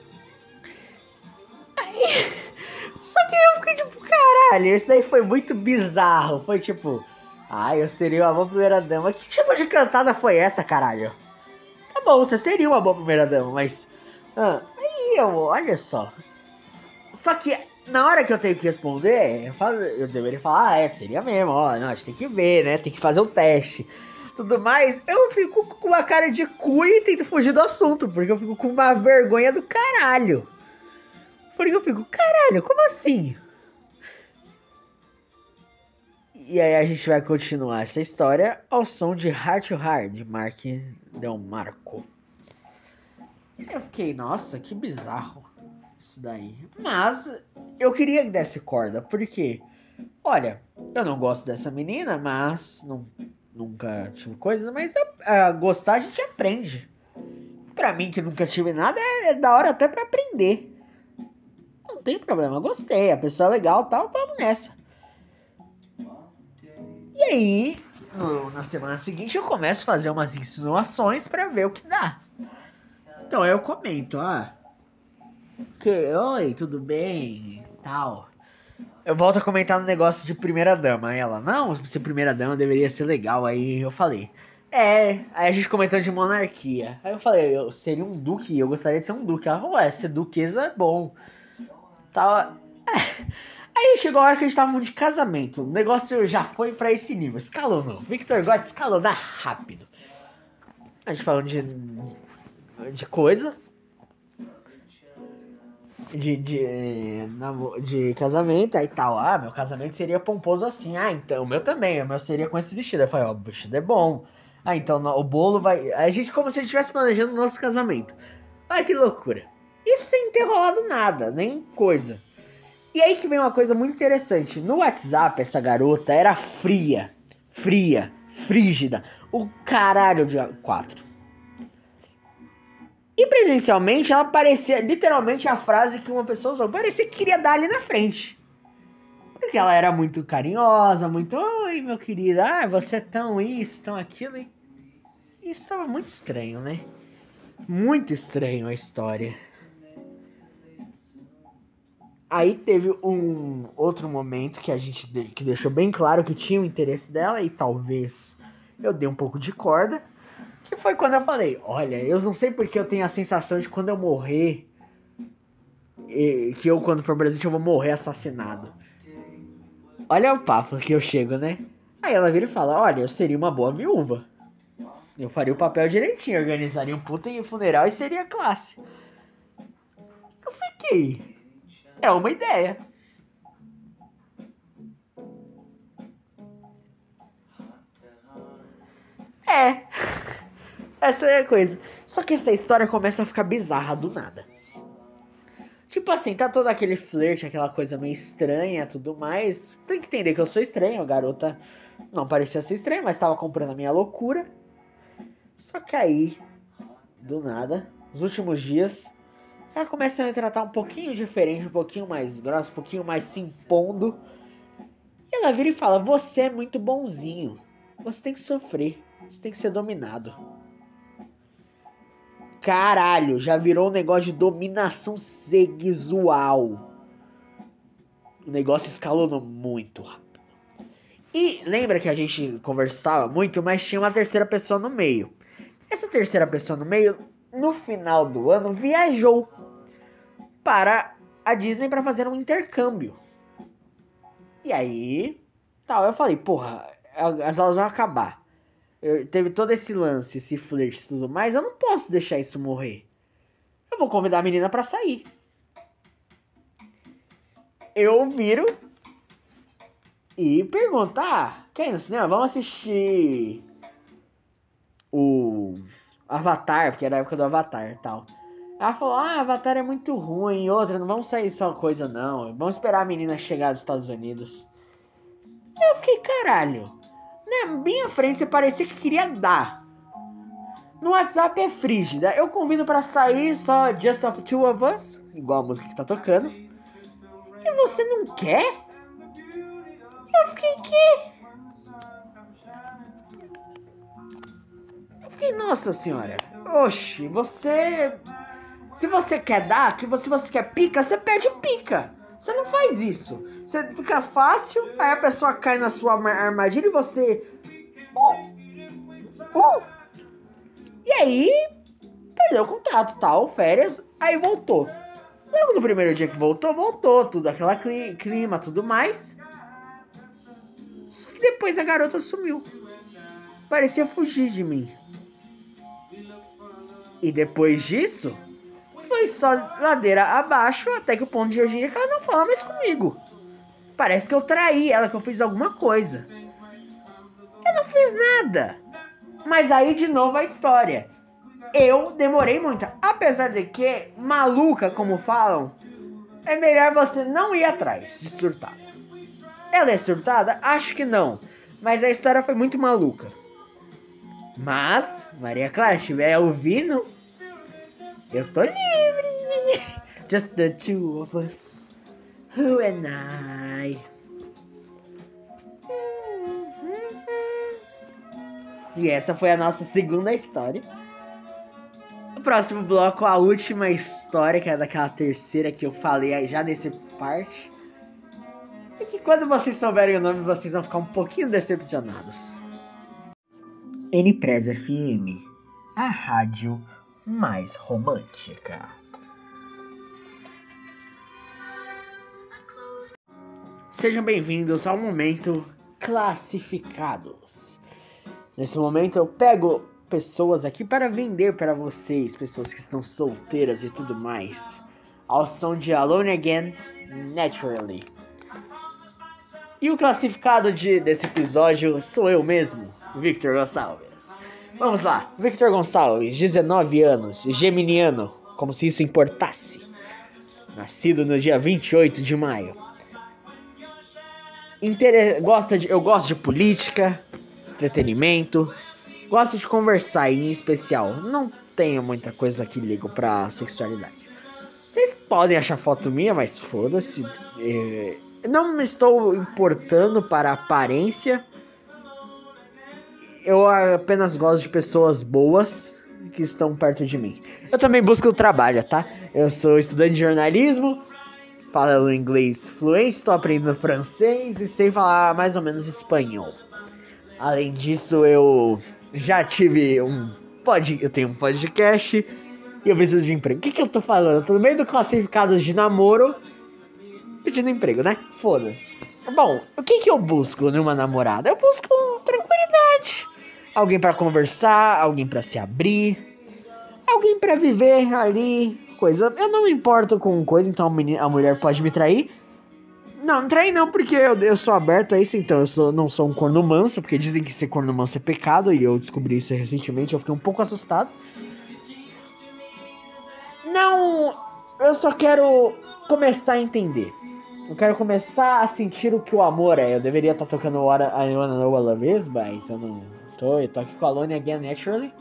Aí, só que eu fiquei tipo, caralho, isso daí foi muito bizarro. Foi tipo, ah, eu seria uma boa primeira dama. Que tipo de cantada foi essa, caralho? Tá bom, você seria uma boa primeira dama, mas... Ah, aí eu, olha só. Só que na hora que eu tenho que responder, eu, falo, eu deveria falar, ah, é, seria mesmo, ó, não, a gente tem que ver, né, tem que fazer o teste. Tudo mais, eu fico com uma cara de cu e tento fugir do assunto, porque eu fico com uma vergonha do caralho. Porque eu fico, caralho, como assim? E aí a gente vai continuar essa história ao som de Heart to Heart, de Mark Del Marco. Eu fiquei, nossa, que bizarro isso daí. Mas eu queria que desse corda, porque, olha, eu não gosto dessa menina, mas não, nunca tive coisas, mas a, a gostar a gente aprende. Pra mim, que nunca tive nada, é, é da hora até pra aprender. Não tem problema, gostei, a pessoa é legal e tal, vamos nessa. E aí, no, na semana seguinte, eu começo a fazer umas insinuações pra ver o que dá. Então eu comento, ah, que, oi, tudo bem, tal. Eu volto a comentar no negócio de primeira dama. Aí ela, não, ser primeira dama deveria ser legal. Aí eu falei, é. Aí a gente comentou de monarquia. Aí eu falei, eu seria um duque, eu gostaria de ser um duque. Ela falou, ué, ser duquesa é bom. Tal. Aí chegou a hora que a gente tava falando de casamento. O negócio já foi pra esse nível. Escalonou. Victor Gott escalonou rápido. A gente falando de, de coisa. De, de, de casamento, aí tal. Ah, meu casamento seria pomposo assim. Ah, então, o meu também. O meu seria com esse vestido. Aí eu falei, ó, o vestido é bom. Ah, então o bolo vai... A gente como se a gente estivesse planejando o nosso casamento. Ai, que loucura. Isso sem ter rolado nada, nem coisa. E aí que vem uma coisa muito interessante. No WhatsApp, essa garota era fria. Fria. Frígida. O caralho de quatro. E presencialmente ela parecia literalmente a frase que uma pessoa usou. Parecia que queria dar ali na frente. Porque ela era muito carinhosa, muito... Oi, meu querido. Ah, você é tão isso, tão aquilo. E isso estava muito estranho, né? Muito estranho a história. Aí teve um outro momento que a gente de, que deixou bem claro que tinha o interesse dela e talvez eu dei um pouco de corda, que foi quando eu falei, olha, eu não sei porque eu tenho a sensação de quando eu morrer, e, que eu quando for presidente eu vou morrer assassinado. Olha o papo que eu chego, né? Aí ela vira e fala, olha, eu seria uma boa viúva. Eu faria o papel direitinho, organizaria um puta funeral e seria classe. Eu fiquei... É uma ideia. É. Essa é a coisa. Só que essa história começa a ficar bizarra do nada. Tipo assim, tá todo aquele flerte, aquela coisa meio estranha, tudo mais. Tem que entender que eu sou estranho, a garota não parecia ser estranha, mas tava comprando a minha loucura. Só que aí, do nada, nos últimos dias, ela começa a me tratar um pouquinho diferente, um pouquinho mais grossa, um pouquinho mais se impondo. E ela vira e fala, você é muito bonzinho. Você tem que sofrer, você tem que ser dominado. Caralho, já virou um negócio de dominação sexual. O negócio escalonou muito rápido. E lembra que a gente conversava muito, mas tinha uma terceira pessoa no meio. Essa terceira pessoa no meio, no final do ano, viajou para a Disney para fazer um intercâmbio. E aí, tal, eu falei, porra, as aulas vão acabar. Eu, teve todo esse lance, esse flerte e tudo mais, eu não posso deixar isso morrer. Eu vou convidar a menina pra sair. Eu viro e pergunto, ah, quer ir no cinema? Vamos assistir o Avatar, porque era a época do Avatar e tal. Ela falou, ah, Avatar é muito ruim, outra, não vamos sair só coisa não, vamos esperar a menina chegar dos Estados Unidos. Eu fiquei, caralho, na minha frente você parecia que queria dar. No WhatsApp é frígida, eu convido pra sair só Just of Two of Us, igual a música que tá tocando, e você não quer? Eu fiquei, que? Eu fiquei, nossa senhora, oxe, você... Se você quer dar, que você, se você quer pica, você pede pica. Você não faz isso. Você fica fácil, aí a pessoa cai na sua armadilha e você... Uh, uh. E aí, perdeu o contato, tal, férias, aí voltou. Logo no primeiro dia que voltou, voltou, tudo aquela cli- clima, tudo mais. Só que depois a garota sumiu. Parecia fugir de mim. E depois disso... Foi só ladeira abaixo, até que o ponto de hoje em dia que ela não fala mais comigo. Parece que eu traí ela, que eu fiz alguma coisa. Eu não fiz nada. Mas aí de novo a história. Eu demorei muito. Apesar de que, maluca, como falam, é melhor você não ir atrás de surtada. Ela é surtada? Acho que não. Mas a história foi muito maluca. Mas, Maria Clara, se estiver ouvindo... Eu tô livre. Just the two of us. Who and I. E essa foi a nossa segunda história. No próximo bloco, a última história, que é daquela terceira que eu falei já nesse parte. E que quando vocês souberem o nome, vocês vão ficar um pouquinho decepcionados. N-Press F M, a rádio mais romântica. Sejam bem-vindos ao momento classificados. Nesse momento eu pego pessoas aqui para vender para vocês, pessoas que estão solteiras e tudo mais, ao som de Alone Again, Naturally. E o classificado de, desse episódio sou eu mesmo, Victor Gonçalves. Vamos lá, Victor Gonçalves, dezenove anos, geminiano, como se isso importasse. Nascido no dia vinte e oito de maio. Inter... Gosta de... Eu gosto de política, entretenimento, gosto de conversar em especial. Não tenho muita coisa que ligo pra sexualidade. Vocês podem achar foto minha, mas foda-se. É... Não me estou importando para a aparência. Eu apenas gosto de pessoas boas que estão perto de mim. Eu também busco o trabalho, tá? Eu sou estudante de jornalismo, falo inglês fluente, estou aprendendo francês e sei falar mais ou menos espanhol. Além disso, eu já tive um pod... eu tenho um podcast e eu preciso de emprego. O que que eu tô falando? Eu tô no meio do classificado de namoro pedindo emprego, né? Foda-se. Bom, o que que eu busco numa namorada? Eu busco tranquilidade. Alguém pra conversar, alguém pra se abrir, alguém pra viver ali, coisa. Eu não me importo com coisa, então a, menina, a mulher pode me trair. Não, não trair não, porque eu, eu sou aberto a isso, então eu sou, não sou um corno manso, porque dizem que ser corno manso é pecado, e eu descobri isso recentemente, eu fiquei um pouco assustado. Não, eu só quero começar a entender. Eu quero começar a sentir o que o amor é. Eu deveria estar tocando What I Wanna Know What Love Is, mas eu não tô. Eu tô aqui com a Alone Again Naturally.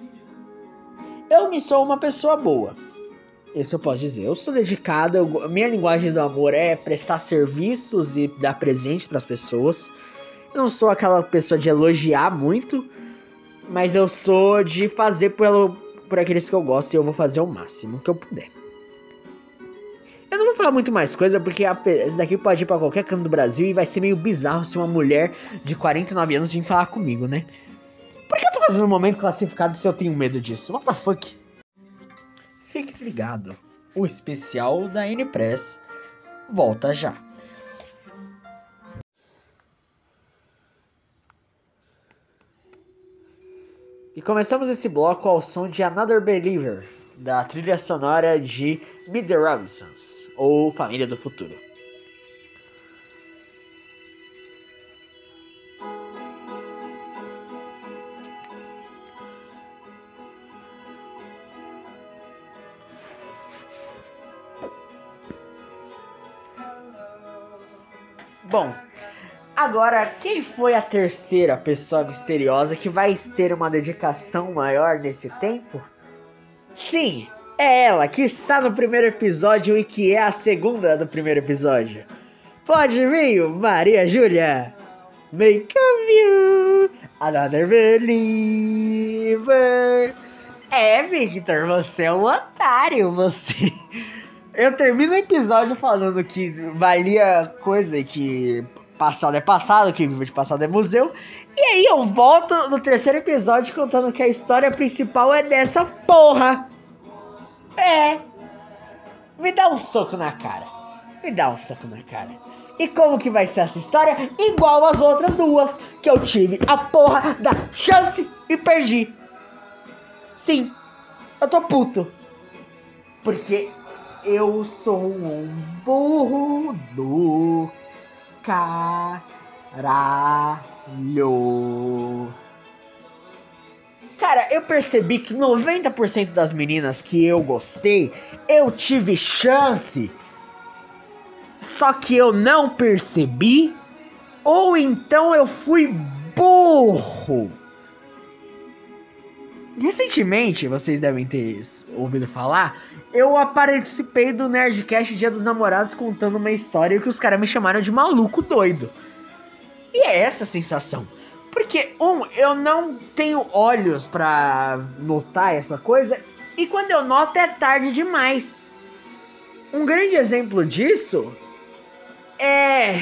Eu me sou uma pessoa boa. Isso eu posso dizer. Eu sou dedicado. Eu, minha linguagem do amor é prestar serviços e dar presente pras pessoas. Eu não sou aquela pessoa de elogiar muito, mas eu sou de fazer pelo, por aqueles que eu gosto, e eu vou fazer o máximo que eu puder. Eu não vou falar muito mais coisa, porque esse daqui pode ir pra qualquer canto do Brasil e vai ser meio bizarro se uma mulher de quarenta e nove anos vir falar comigo, né? Por que eu tô Mas no momento classificado, se eu tenho medo disso. What the fuck? Fique ligado. O especial da N-Press volta já. E começamos esse bloco ao som de Another Believer, da trilha sonora de Meet the Robinsons, ou Família do Futuro. Bom, agora, quem foi a terceira pessoa misteriosa que vai ter uma dedicação maior nesse tempo? Sim, é ela que está no primeiro episódio e que é a segunda do primeiro episódio. Pode vir, Maria Júlia. Make of you another believer. É, Victor, você é um otário, você... Eu termino o episódio falando que valia coisa e que passado é passado, que vive de passado é museu. E aí eu volto no terceiro episódio contando que a história principal é dessa porra. É. Me dá um soco na cara. Me dá um soco na cara. E como que vai ser essa história? Igual as outras duas, que eu tive a porra da chance e perdi. Sim, eu tô puto. Porque... eu sou um burro do caralho. Cara, eu percebi que noventa por cento das meninas que eu gostei, eu tive chance. Só que eu não percebi, ou então eu fui burro. Recentemente, vocês devem ter ouvido falar, eu participei do Nerdcast Dia dos Namorados contando uma história que os caras me chamaram de maluco doido. E é essa a sensação. Porque, um, eu não tenho olhos pra notar essa coisa, e quando eu noto é tarde demais. Um grande exemplo disso é...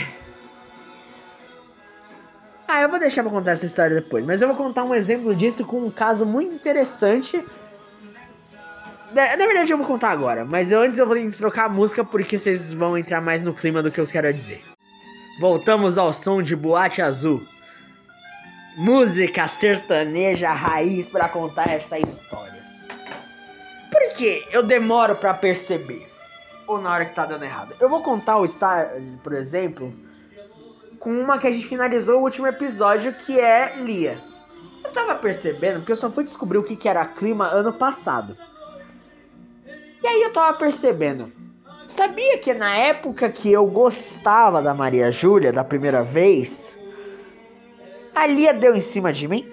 Ah, eu vou deixar pra contar essa história depois, mas eu vou contar um exemplo disso com um caso muito interessante. Na, na verdade eu vou contar agora, mas eu, antes eu vou trocar a música porque vocês vão entrar mais no clima do que eu quero dizer. Voltamos ao som de Boate Azul. Música sertaneja raiz pra contar essas histórias. Por que eu demoro pra perceber? Ou na hora que tá dando errado? Eu vou contar o Star, por exemplo... com uma que a gente finalizou o último episódio, que é Lia. Eu tava percebendo, porque eu só fui descobrir o que, que era clima ano passado. E aí eu tava percebendo. Sabia que na época que eu gostava da Maria Júlia, da primeira vez, a Lia deu em cima de mim?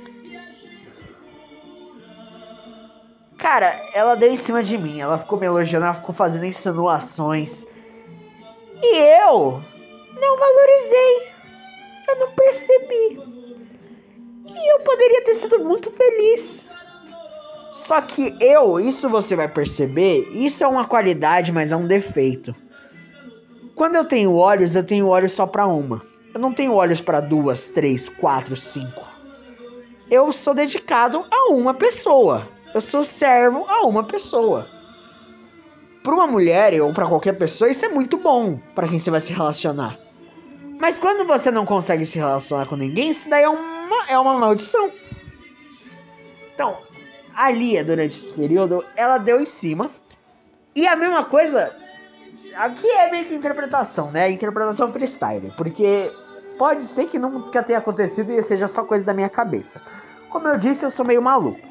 Cara, ela deu em cima de mim. Ela ficou me elogiando, ela ficou fazendo insinuações. E eu não valorizei. Eu não percebi. E eu poderia ter sido muito feliz. Só que eu, isso você vai perceber, isso é uma qualidade, mas é um defeito. Quando eu tenho olhos, eu tenho olhos só pra uma. Eu não tenho olhos pra duas, três, quatro, cinco. Eu sou dedicado a uma pessoa. Eu sou servo a uma pessoa. Pra uma mulher ou pra qualquer pessoa, isso é muito bom pra quem você vai se relacionar. Mas quando você não consegue se relacionar com ninguém, isso daí é uma, é uma maldição. Então, a Lia, durante esse período, ela deu em cima. E a mesma coisa, aqui é meio que interpretação, né? Interpretação freestyle. Porque pode ser que nunca tenha acontecido e seja só coisa da minha cabeça. Como eu disse, eu sou meio maluco.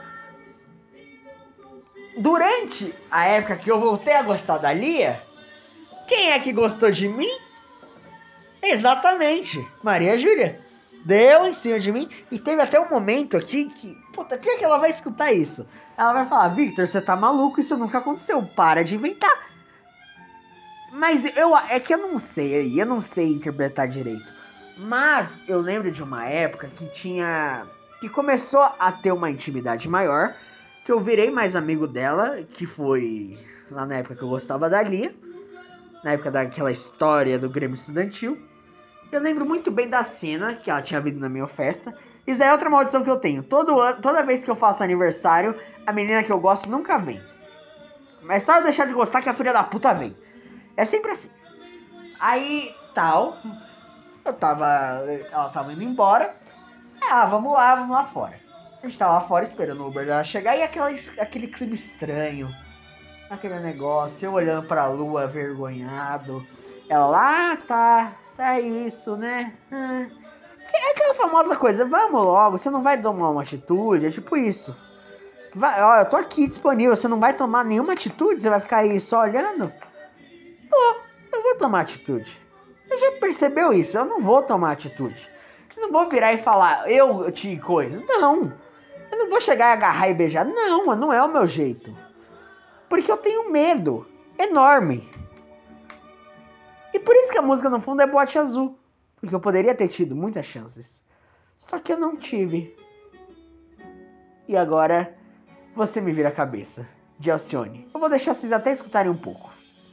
Durante a época que eu voltei a gostar da Lia, quem é que gostou de mim? Exatamente, Maria Júlia. Deu em cima de mim e teve até um momento aqui que... Puta, pior que ela vai escutar isso. Ela vai falar, Victor, você tá maluco, isso nunca aconteceu, para de inventar. Mas eu, é que eu não sei, eu não sei interpretar direito. Mas eu lembro de uma época que tinha... que começou a ter uma intimidade maior, que eu virei mais amigo dela, que foi lá na época que eu gostava da Lia, na época daquela história do Grêmio Estudantil. Eu lembro muito bem da cena que ela tinha vindo na minha festa, Isso daí é outra maldição que eu tenho. Todo ano, toda vez que eu faço aniversário, a menina que eu gosto nunca vem. Mas só eu deixar de gostar que a filha da puta vem. É sempre assim. Aí, tal, eu tava, ela tava indo embora. Ah, vamos lá, vamos lá fora. A gente tá lá fora esperando o Uber dela chegar e aquela, aquele clima estranho. Aquele negócio, eu olhando pra lua, vergonhado. Ela lá, ah, tá, tá isso, né? Ah. É aquela famosa coisa, vamos logo, você não vai tomar uma atitude, é tipo isso. Vai, ó, eu tô aqui disponível, você não vai tomar nenhuma atitude? Você vai ficar aí só olhando? Vou, eu vou tomar atitude. Você já percebeu isso? Eu não vou tomar atitude. Eu não vou virar e falar, eu te coisa. Não, eu não vou chegar e agarrar e beijar. Não, não é o meu jeito. Porque eu tenho medo enorme. E por isso que a música no fundo é Boate Azul. Porque eu poderia ter tido muitas chances. Só que eu não tive. E agora você me vira a cabeça, de Alcione. Eu vou deixar vocês até escutarem um pouco.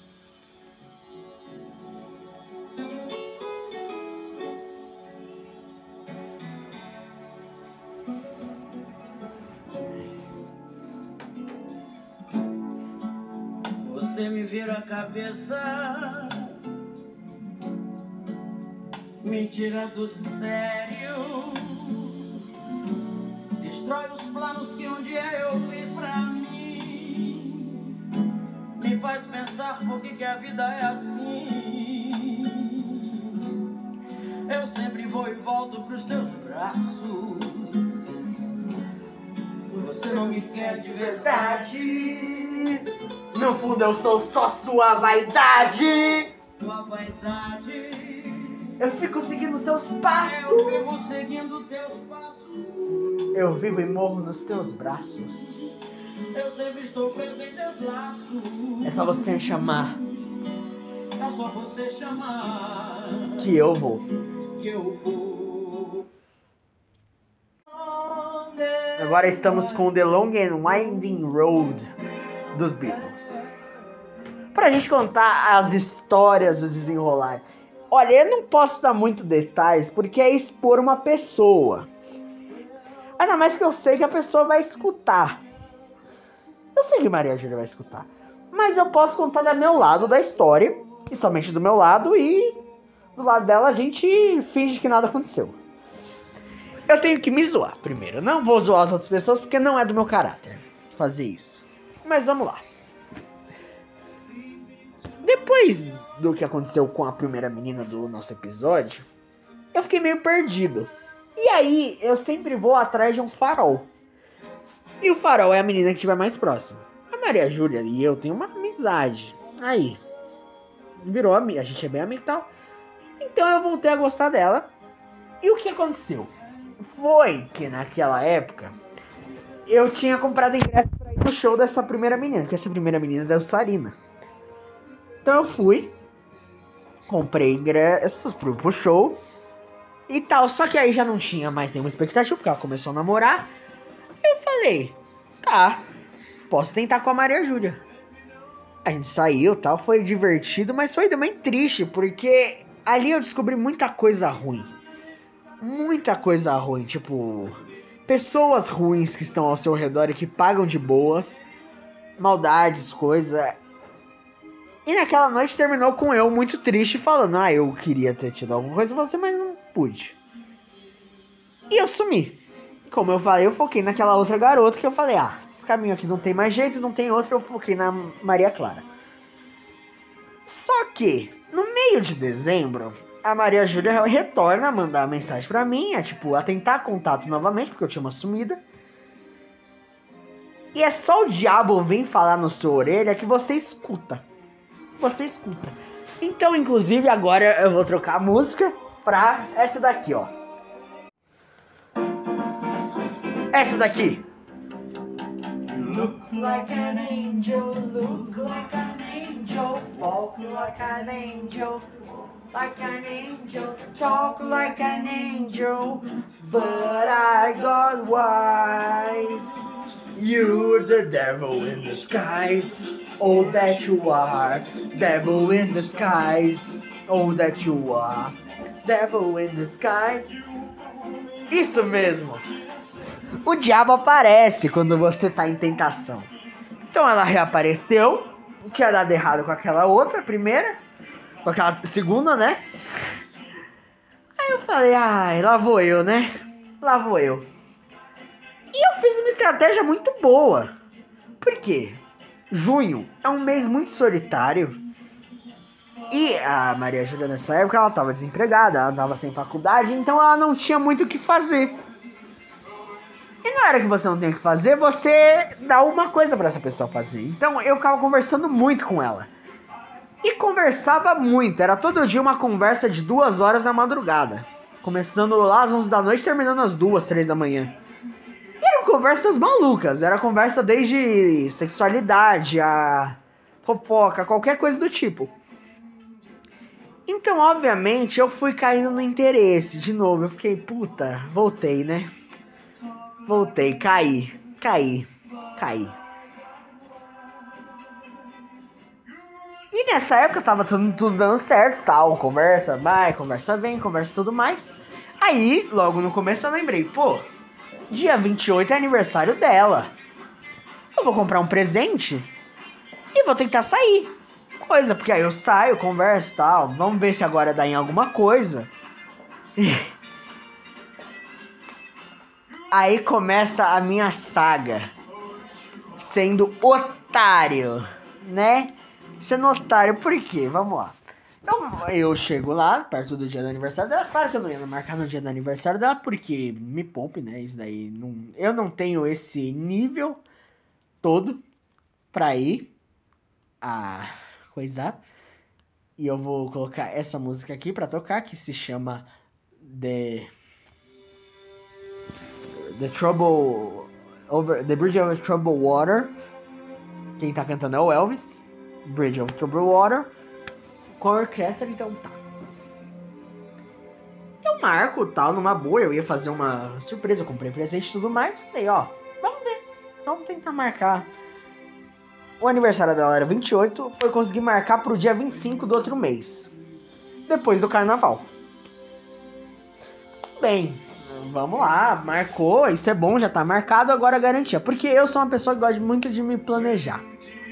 Você me vira a cabeça, me tira do sério, destrói os planos que um dia eu fiz pra mim, me faz pensar por que que a vida é assim. Eu sempre vou e volto pros teus braços, você não me quer de verdade. No fundo eu sou só sua vaidade. Tua vaidade. Eu fico seguindo seus passos. Eu vivo seguindo teus passos. Eu vivo e morro nos teus braços. Eu sempre estou preso em teus laços. É só você chamar. É só você chamar. Que eu vou. Que eu vou. Agora estamos com The Long and Winding Road dos Beatles. Pra gente contar as histórias do desenrolar. Olha, eu não posso dar muito detalhes porque é expor uma pessoa. Ainda mais que eu sei que a pessoa vai escutar. Eu sei que Maria Júlia vai escutar. Mas eu posso contar do meu lado da história. E somente do meu lado. E do lado dela a gente finge que nada aconteceu. Eu tenho que me zoar primeiro. Eu não vou zoar as outras pessoas porque não é do meu caráter fazer isso. Mas vamos lá. Depois do que aconteceu com a primeira menina do nosso episódio, eu fiquei meio perdido. E aí, eu sempre vou atrás de um farol. E o farol é a menina que estiver mais próxima. A Maria Júlia e eu temos uma amizade. Aí, virou amiga, a gente é bem amigo e tal. Então eu voltei a gostar dela. E o que aconteceu? Foi que naquela época, eu tinha comprado ingresso pra ir no show dessa primeira menina. Que essa primeira menina é dançarina. Então eu fui, comprei ingressos pro, pro show e tal. Só que aí já não tinha mais nenhuma expectativa, porque ela começou a namorar. Eu falei, tá, posso tentar com a Maria Júlia. A gente saiu e tal, foi divertido, mas foi também triste, porque ali eu descobri muita coisa ruim. Muita coisa ruim, tipo, pessoas ruins que estão ao seu redor e que pagam de boas, maldades, coisa. E naquela noite terminou com eu muito triste falando, ah, eu queria ter tido alguma coisa com você, mas não pude. E eu sumi. Como eu falei, eu foquei naquela outra garota que eu falei, ah, esse caminho aqui não tem mais jeito, não tem outro, eu foquei na Maria Clara. Só que, no meio de dezembro, a Maria Júlia retorna a mandar mensagem pra mim, é tipo, a tentar contato novamente, porque eu tinha uma sumida. E é só o diabo vir falar no sua orelha que você escuta. Você escuta. Então, inclusive, agora eu vou trocar a música pra essa daqui, ó. Essa daqui. You look like an angel, look like an angel, walk like an angel, like an angel, talk like an angel, but I got wise. You're the devil in disguise, oh that you are, devil in disguise, oh that you are, devil in disguise. Isso mesmo. O diabo aparece quando você tá em tentação. Então ela reapareceu. Tinha dado errado com aquela outra primeira. Com aquela segunda, né? Aí eu falei, ai, lá vou eu, né? Lá vou eu. E eu fiz uma estratégia muito boa. Por quê? Junho é um mês muito solitário. E a Maria Júlia nessa época, ela tava desempregada, ela tava sem faculdade, então ela não tinha muito o que fazer. E na hora que você não tem o que fazer, você dá uma coisa pra essa pessoa fazer. Então eu ficava conversando muito com ela. E conversava muito, era todo dia uma conversa de duas horas da madrugada. Começando lá às onze da noite, terminando às duas, três da manhã. E eram conversas malucas, era conversa desde sexualidade, a fofoca, qualquer coisa do tipo. Então, obviamente, eu fui caindo no interesse de novo. Eu fiquei, puta, voltei, né? Voltei, caí, caí, caí. E nessa época tava tudo, tudo dando certo, tal, conversa vai, conversa vem, conversa tudo mais. Aí, logo no começo eu lembrei, pô, dia vinte e oito é aniversário dela. Eu vou comprar um presente e vou tentar sair. Coisa, porque aí eu saio, converso e tal, vamos ver se agora dá em alguma coisa. Aí começa a minha saga, sendo otário, né? Sendo otário, por quê? Vamos lá. Então, eu chego lá, perto do dia do aniversário dela. Claro que eu não ia marcar no dia do aniversário dela, porque me poupe, né? Isso daí, não, eu não tenho esse nível todo pra ir a coisar. E eu vou colocar essa música aqui pra tocar, que se chama The... The Trouble... Over, The Bridge of Troubled Water. Quem tá cantando é o Elvis. Bridge of Troubled Water. Com a orquestra, então tá. Eu marco, tal, numa boa. Eu ia fazer uma surpresa. Eu comprei presente e tudo mais. Falei, ó, vamos ver. Vamos tentar marcar. O aniversário dela era vinte e oito. Foi conseguir marcar pro dia vinte e cinco do outro mês. Depois do carnaval. Tudo bem. Vamos lá, marcou, isso é bom, já tá marcado, agora a garantia. Porque eu sou uma pessoa que gosta muito de me planejar.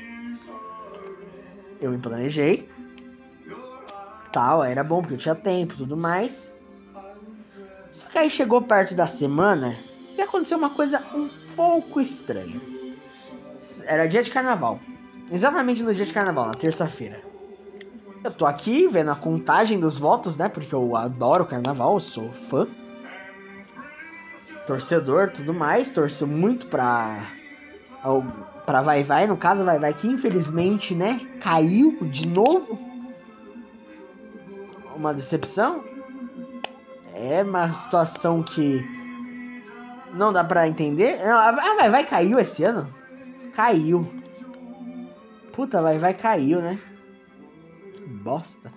Eu me planejei. Tal, era bom porque eu tinha tempo e tudo mais. Só que aí chegou perto da semana e aconteceu uma coisa um pouco estranha. Era dia de carnaval. Exatamente no dia de carnaval, na terça-feira. Eu tô aqui vendo a contagem dos votos, né? Porque eu adoro carnaval, eu sou fã. Torcedor, tudo mais, torço muito pra, pra Vai Vai, no caso Vai Vai, que infelizmente, né, caiu de novo. Uma decepção. É uma situação que não dá pra entender. Não, a Vai Vai caiu esse ano? Caiu. Puta, Vai Vai caiu, né? Que bosta.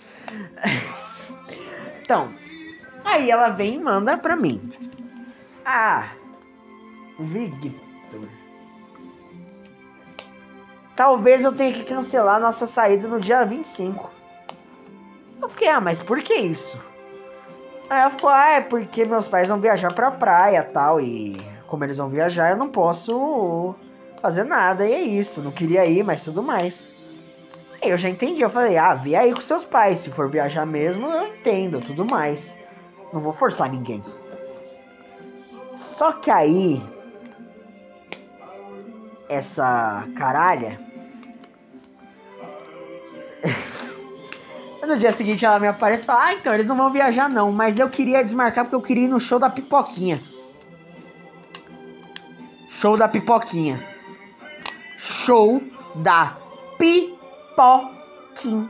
Então, aí ela vem e manda pra mim. Ah, Victor, talvez eu tenha que cancelar nossa saída no dia vinte e cinco. Eu fiquei, ah, mas por que isso? Aí ela ficou, ah, é porque meus pais vão viajar pra praia e tal, e como eles vão viajar, eu não posso fazer nada, e é isso, não queria ir, mas tudo mais. Aí eu já entendi, eu falei, ah, vê aí com seus pais, se for viajar mesmo, eu entendo, tudo mais. Não vou forçar ninguém. Só que aí, essa caralha, no dia seguinte ela me aparece e fala, ah, então eles não vão viajar não, mas eu queria desmarcar porque eu queria ir no show da Pipoquinha. Show da Pipoquinha. Show da Pipoquinha.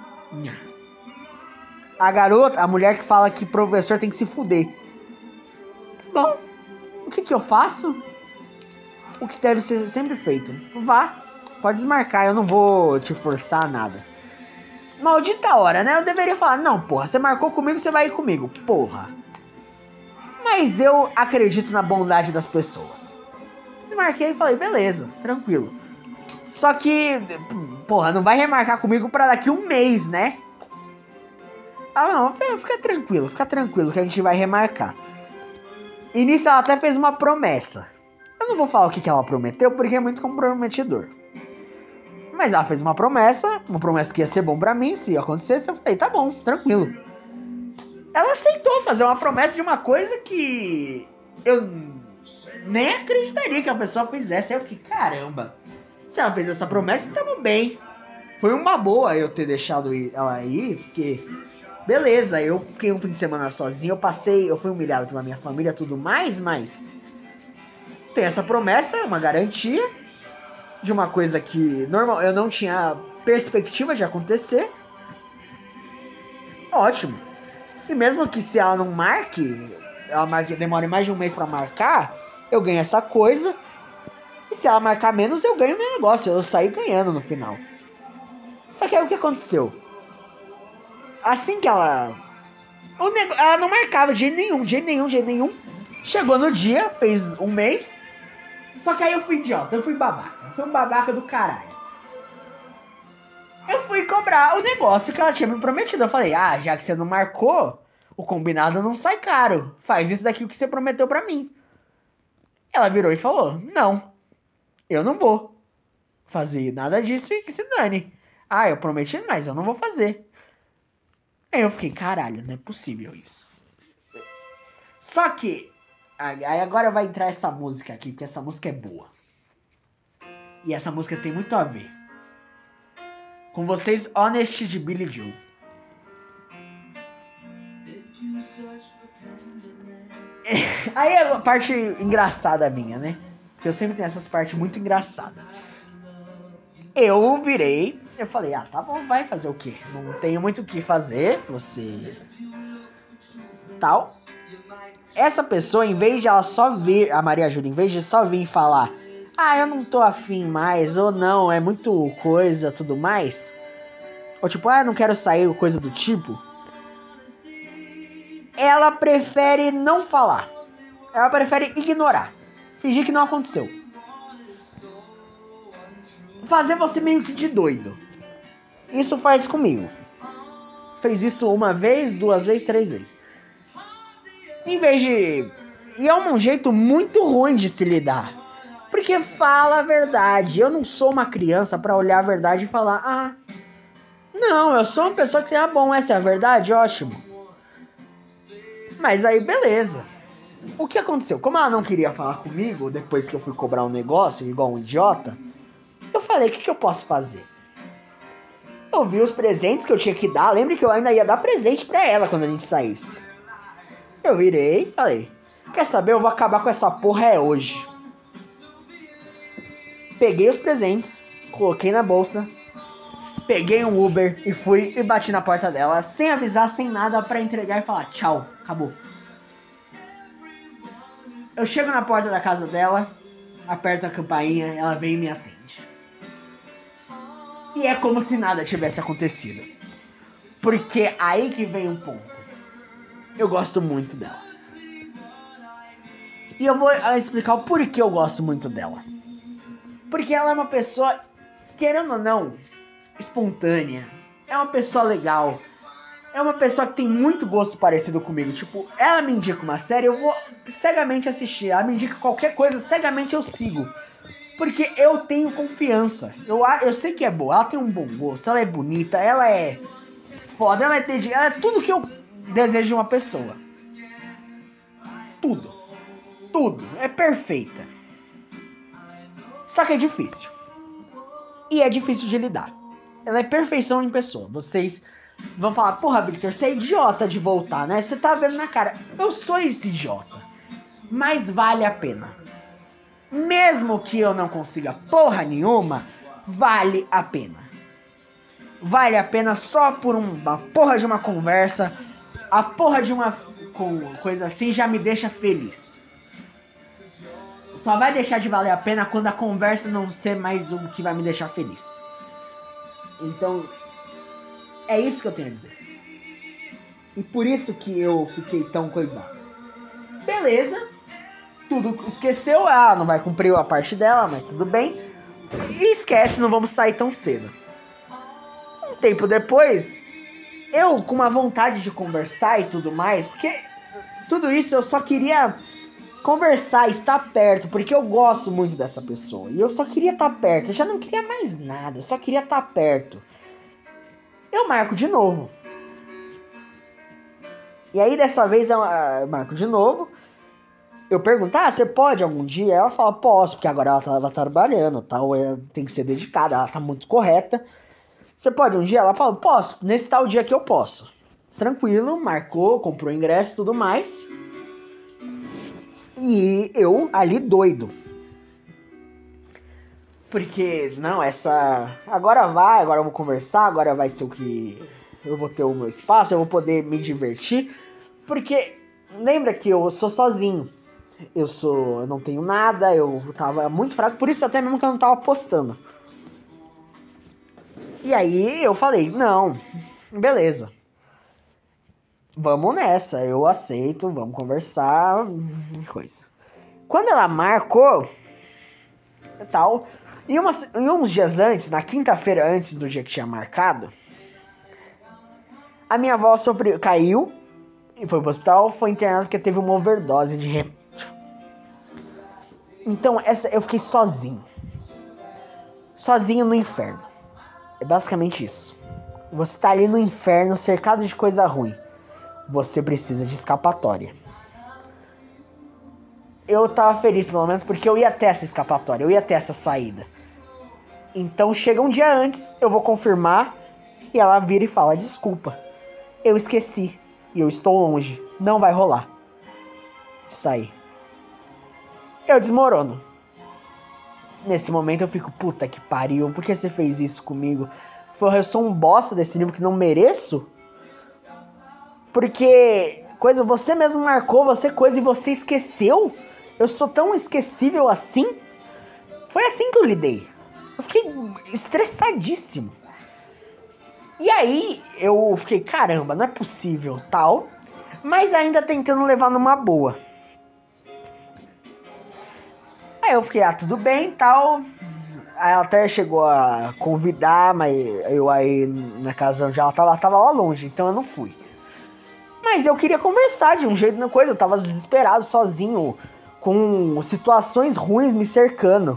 A garota, a mulher que fala que professor tem que se fuder. Tá bom. O que que eu faço? O que deve ser sempre feito. Vá, pode desmarcar, eu não vou te forçar nada. Maldita hora, né? Eu deveria falar, não, porra, você marcou comigo, você vai ir comigo. Porra. Mas eu acredito na bondade das pessoas. Desmarquei e falei, beleza, tranquilo. Só que, porra, não vai remarcar comigo pra daqui um mês, né? Ah, não, fica tranquilo, fica tranquilo que a gente vai remarcar. E nisso ela até fez uma promessa. Eu não vou falar o que, que ela prometeu, porque é muito comprometedor. Mas ela fez uma promessa, uma promessa que ia ser bom pra mim, se acontecesse, eu falei, tá bom, tranquilo. Ela aceitou fazer uma promessa de uma coisa que eu nem acreditaria que a pessoa fizesse. Aí eu fiquei, caramba, se ela fez essa promessa, tamo bem. Foi uma boa eu ter deixado ela aí, porque... Beleza, eu fiquei um fim de semana sozinho, eu passei, eu fui humilhado pela minha família e tudo mais, mas... Tem essa promessa, uma garantia de uma coisa que normal, eu não tinha perspectiva de acontecer. Ótimo. E mesmo que se ela não marque, ela marque, demore mais de um mês pra marcar, eu ganho essa coisa. E se ela marcar menos, eu ganho meu negócio. Eu saí ganhando no final. Só que aí o que aconteceu? Assim que ela... O nego... Ela não marcava de jeito nenhum, de jeito nenhum, de jeito nenhum. Chegou no dia, fez um mês. Só que aí eu fui idiota, eu fui babaca. Eu fui um babaca do caralho. Eu fui cobrar o negócio que ela tinha me prometido. Eu falei, ah, já que você não marcou, o combinado não sai caro. Faz isso daqui o que você prometeu pra mim. Ela virou e falou, não, eu não vou fazer nada disso e que se dane. Ah, eu prometi, mas eu não vou fazer. Aí eu fiquei, caralho, não é possível isso. Só que, aí agora vai entrar essa música aqui, porque essa música é boa. E essa música tem muito a ver. Com vocês, Honest de Billy Joel. Aí é a parte engraçada minha, né? Porque eu sempre tenho essas partes muito engraçadas. Eu virei, eu falei, ah, tá bom, vai fazer o quê? Não tenho muito o que fazer, você... Tal. Essa pessoa, em vez de ela só vir, a Maria Júlia, em vez de só vir e falar, ah, eu não tô afim mais, ou não, é muito coisa, tudo mais. Ou tipo, ah, eu não quero sair, ou coisa do tipo. Ela prefere não falar. Ela prefere ignorar. Fingir que não aconteceu. Fazer você meio que de doido. Isso faz comigo. Fez isso uma vez, duas vezes, três vezes. Em vez de... E é um jeito muito ruim de se lidar. Porque fala a verdade. Eu não sou uma criança pra olhar a verdade e falar, ah, não, eu sou uma pessoa que, ah, bom, essa é a verdade, ótimo. Mas aí, beleza. O que aconteceu? Como ela não queria falar comigo, depois que eu fui cobrar um negócio, igual um idiota, eu falei, o que, que eu posso fazer? Eu vi os presentes que eu tinha que dar. Lembra que eu ainda ia dar presente pra ela quando a gente saísse. Eu virei e falei, quer saber, eu vou acabar com essa porra é hoje. Peguei os presentes, coloquei na bolsa, peguei um Uber e fui e bati na porta dela, sem avisar, sem nada, pra entregar e falar tchau, acabou. Eu chego na porta da casa dela, aperto a campainha, ela vem e me atende. E é como se nada tivesse acontecido. Porque aí que vem um ponto. Eu gosto muito dela. E eu vou explicar o porquê eu gosto muito dela. Porque ela é uma pessoa, querendo ou não, espontânea. É uma pessoa legal. É uma pessoa que tem muito gosto parecido comigo. Tipo, ela me indica uma série, eu vou cegamente assistir. Ela me indica qualquer coisa, cegamente eu sigo. Porque eu tenho confiança. Eu, eu sei que é boa, ela tem um bom gosto, ela é bonita, ela é foda, ela é dedicada, ela é tudo que eu desejo de uma pessoa. Tudo. Tudo. É perfeita. Só que é difícil. E é difícil de lidar. Ela é perfeição em pessoa. Vocês vão falar, porra, Victor, você é idiota de voltar, né? Você tá vendo na cara. Eu sou esse idiota. Mas vale a pena. Mesmo que eu não consiga porra nenhuma, vale a pena. Vale a pena só por uma porra de uma conversa. A porra de uma coisa assim já me deixa feliz. Só vai deixar de valer a pena quando a conversa não ser mais o que vai me deixar feliz. Então, é isso que eu tenho a dizer. E por isso que eu fiquei tão coisado. Beleza. Tudo esqueceu. Ah, não vai cumprir a parte dela, mas tudo bem. E esquece, não vamos sair tão cedo. Um tempo depois, eu com uma vontade de conversar e tudo mais, porque tudo isso eu só queria conversar, estar perto, porque eu gosto muito dessa pessoa. E eu só queria estar perto, eu já não queria mais nada, eu só queria estar perto. Eu marco de novo. E aí dessa vez eu, eu marco de novo. Eu pergunto, ah, você pode algum dia? Ela fala, posso, porque agora ela tava trabalhando, tal, tem que ser dedicada, ela tá muito correta. Você pode um dia? Ela fala, posso, nesse tal dia que eu posso. Tranquilo, marcou, comprou ingresso e tudo mais. E eu ali doido. Porque, não, essa... Agora vai, agora eu vou conversar, agora vai ser o que... Eu vou ter o meu espaço, eu vou poder me divertir. Porque, lembra que eu sou sozinho. Eu sou... Eu não tenho nada, eu tava muito fraco, por isso até mesmo que eu não tava postando. E aí eu falei, não, beleza. Vamos nessa, eu aceito, vamos conversar, coisa. Quando ela marcou, tal, e, umas, e uns dias antes, na quinta-feira antes do dia que tinha marcado, a minha avó sofreu, caiu e foi pro hospital, foi internada porque teve uma overdose de remédio. Então essa, eu fiquei sozinho. Sozinho no inferno. É basicamente isso. Você tá ali no inferno, cercado de coisa ruim. Você precisa de escapatória. Eu tava feliz, pelo menos, porque eu ia ter essa escapatória, eu ia ter essa saída. Então chega um dia antes, eu vou confirmar, e ela vira e fala, desculpa, eu esqueci, e eu estou longe, não vai rolar. Saí. Eu desmorono. Nesse momento eu fico, puta que pariu, por que você fez isso comigo? Porra, eu sou um bosta desse nível que não mereço? Porque, coisa, você mesmo marcou, você coisa e você esqueceu? Eu sou tão esquecível assim? Foi assim que eu lidei. Eu fiquei estressadíssimo. E aí, eu fiquei, caramba, não é possível, tal. Mas ainda tentando levar numa boa. Aí eu fiquei, ah, tudo bem, tal. Aí ela até chegou a convidar, mas eu aí na casa onde ela tava, ela tava lá longe, então eu não fui. Mas eu queria conversar de um jeito, na coisa, eu tava desesperado, sozinho, com situações ruins me cercando.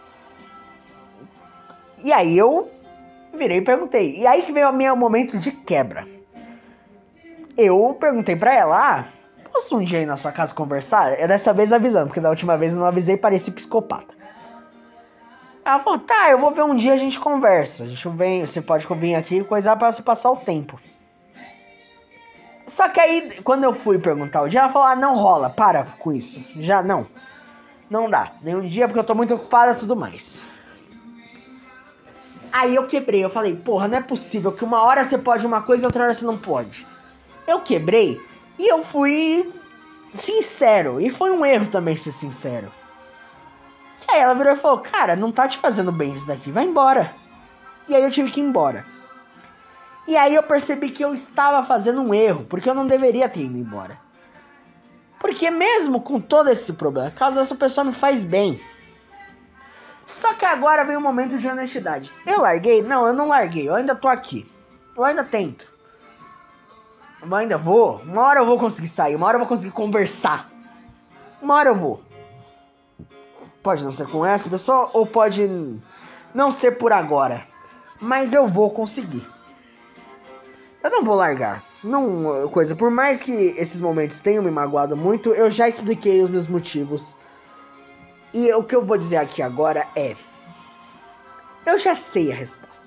E aí eu virei e perguntei. E aí que veio o meu momento de quebra. Eu perguntei pra ela, ah, posso um dia ir na sua casa conversar? É dessa vez avisando, porque da última vez eu não avisei, parecia psicopata. Ela falou, tá, eu vou ver um dia, a gente conversa. A gente vem, você pode vir aqui e coisar pra você passar o tempo. Só que aí, quando eu fui perguntar o dia, ela falou, ah, não rola, para com isso. Já, não. Não dá. Nenhum dia, porque eu tô muito ocupada e tudo mais. Aí eu quebrei, eu falei, porra, não é possível que uma hora você pode uma coisa e outra hora você não pode. Eu quebrei e eu fui sincero. E foi um erro também ser sincero. E aí ela virou e falou, cara, não tá te fazendo bem isso daqui, vai embora. E aí eu tive que ir embora. E aí eu percebi que eu estava fazendo um erro, porque eu não deveria ter ido embora. Porque mesmo com todo esse problema, caso essa pessoa me faz bem. Só que agora vem um momento de honestidade. Eu larguei? Não, eu não larguei, eu ainda tô aqui. Eu ainda tento. Eu ainda vou. Uma hora eu vou conseguir sair, uma hora eu vou conseguir conversar. Uma hora eu vou. Pode não ser com essa pessoa, ou pode não ser por agora. Mas eu vou conseguir. Eu não vou largar. Não, coisa, por mais que esses momentos tenham me magoado muito, eu já expliquei os meus motivos. E o que eu vou dizer aqui agora é... Eu já sei a resposta.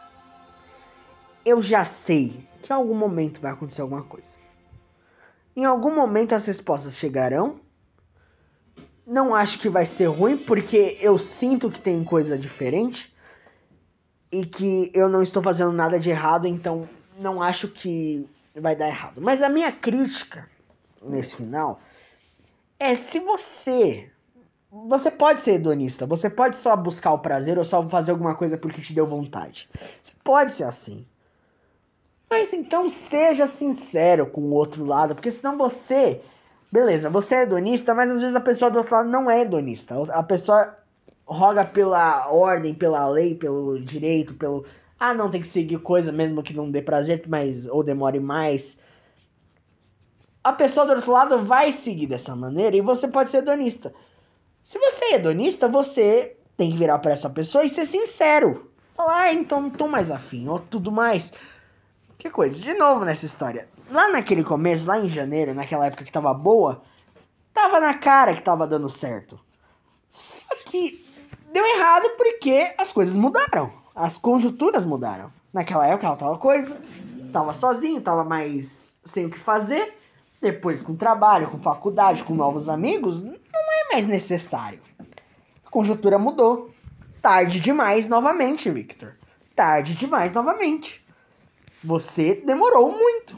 Eu já sei que em algum momento vai acontecer alguma coisa. Em algum momento as respostas chegarão. Não acho que vai ser ruim, porque eu sinto que tem coisa diferente. E que eu não estou fazendo nada de errado, então não acho que vai dar errado. Mas a minha crítica nesse final é se você... Você pode ser hedonista, você pode só buscar o prazer ou só fazer alguma coisa porque te deu vontade. Você pode ser assim. Mas então seja sincero com o outro lado, porque senão você... Beleza, você é hedonista, mas às vezes a pessoa do outro lado não é hedonista. A pessoa roga pela ordem, pela lei, pelo direito, pelo... Ah, não, tem que seguir coisa mesmo que não dê prazer, mas ou demore mais. a pessoa do outro lado vai seguir dessa maneira e você pode ser hedonista. Se você é hedonista, você tem que virar pra essa pessoa e ser sincero. Falar, ah, então não tô mais afim, ou tudo mais. Que coisa, de novo nessa história. Lá naquele começo, lá em janeiro, naquela época que tava boa, tava na cara que tava dando certo. Só que deu errado porque as coisas mudaram. As conjunturas mudaram. Naquela época ela tava coisa, tava sozinho, tava mais sem o que fazer. Depois com trabalho, com faculdade, com novos amigos, não é mais necessário. A conjuntura mudou. Tarde demais novamente, Victor. Tarde demais novamente. Você demorou muito.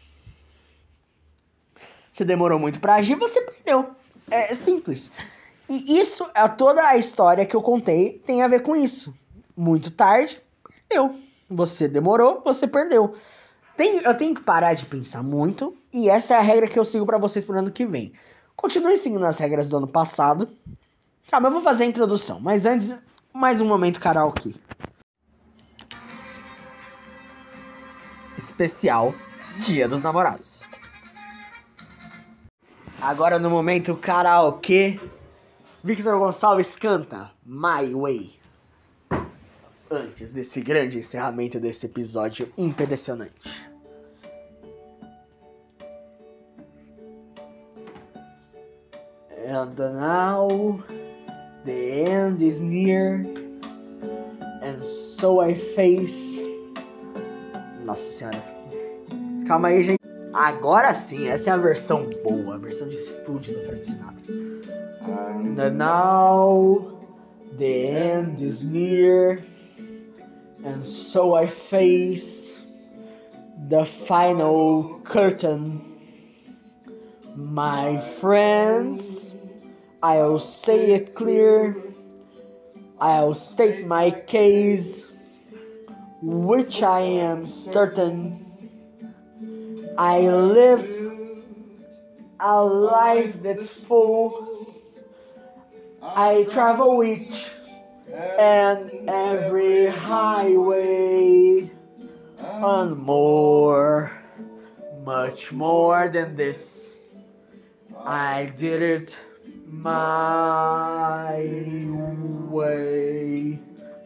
Você demorou muito pra agir, você perdeu. É simples. E isso, é toda a história que eu contei tem a ver com isso. Muito tarde, perdeu. Você demorou, você perdeu. Tem, eu tenho que parar de pensar muito. E essa é a regra que eu sigo pra vocês pro ano que vem. Continue seguindo as regras do ano passado. Calma, eu vou fazer a introdução. Mas antes, mais um momento karaokê. Especial Dia dos Namorados. Agora no momento karaokê, Victor Gonçalves canta My Way. Antes desse grande encerramento desse episódio impressionante. And now the end is near, and so I face... Nossa senhora. Calma aí, gente. Agora sim, essa é a versão boa, a versão de estúdio do Frank Sinatra. And now the end is near, and so I face the final curtain. My friends, I'll say it clear, I'll state my case, which I am certain. I lived a life that's full. I travel each and every highway, and more, much more than this. I did it my way.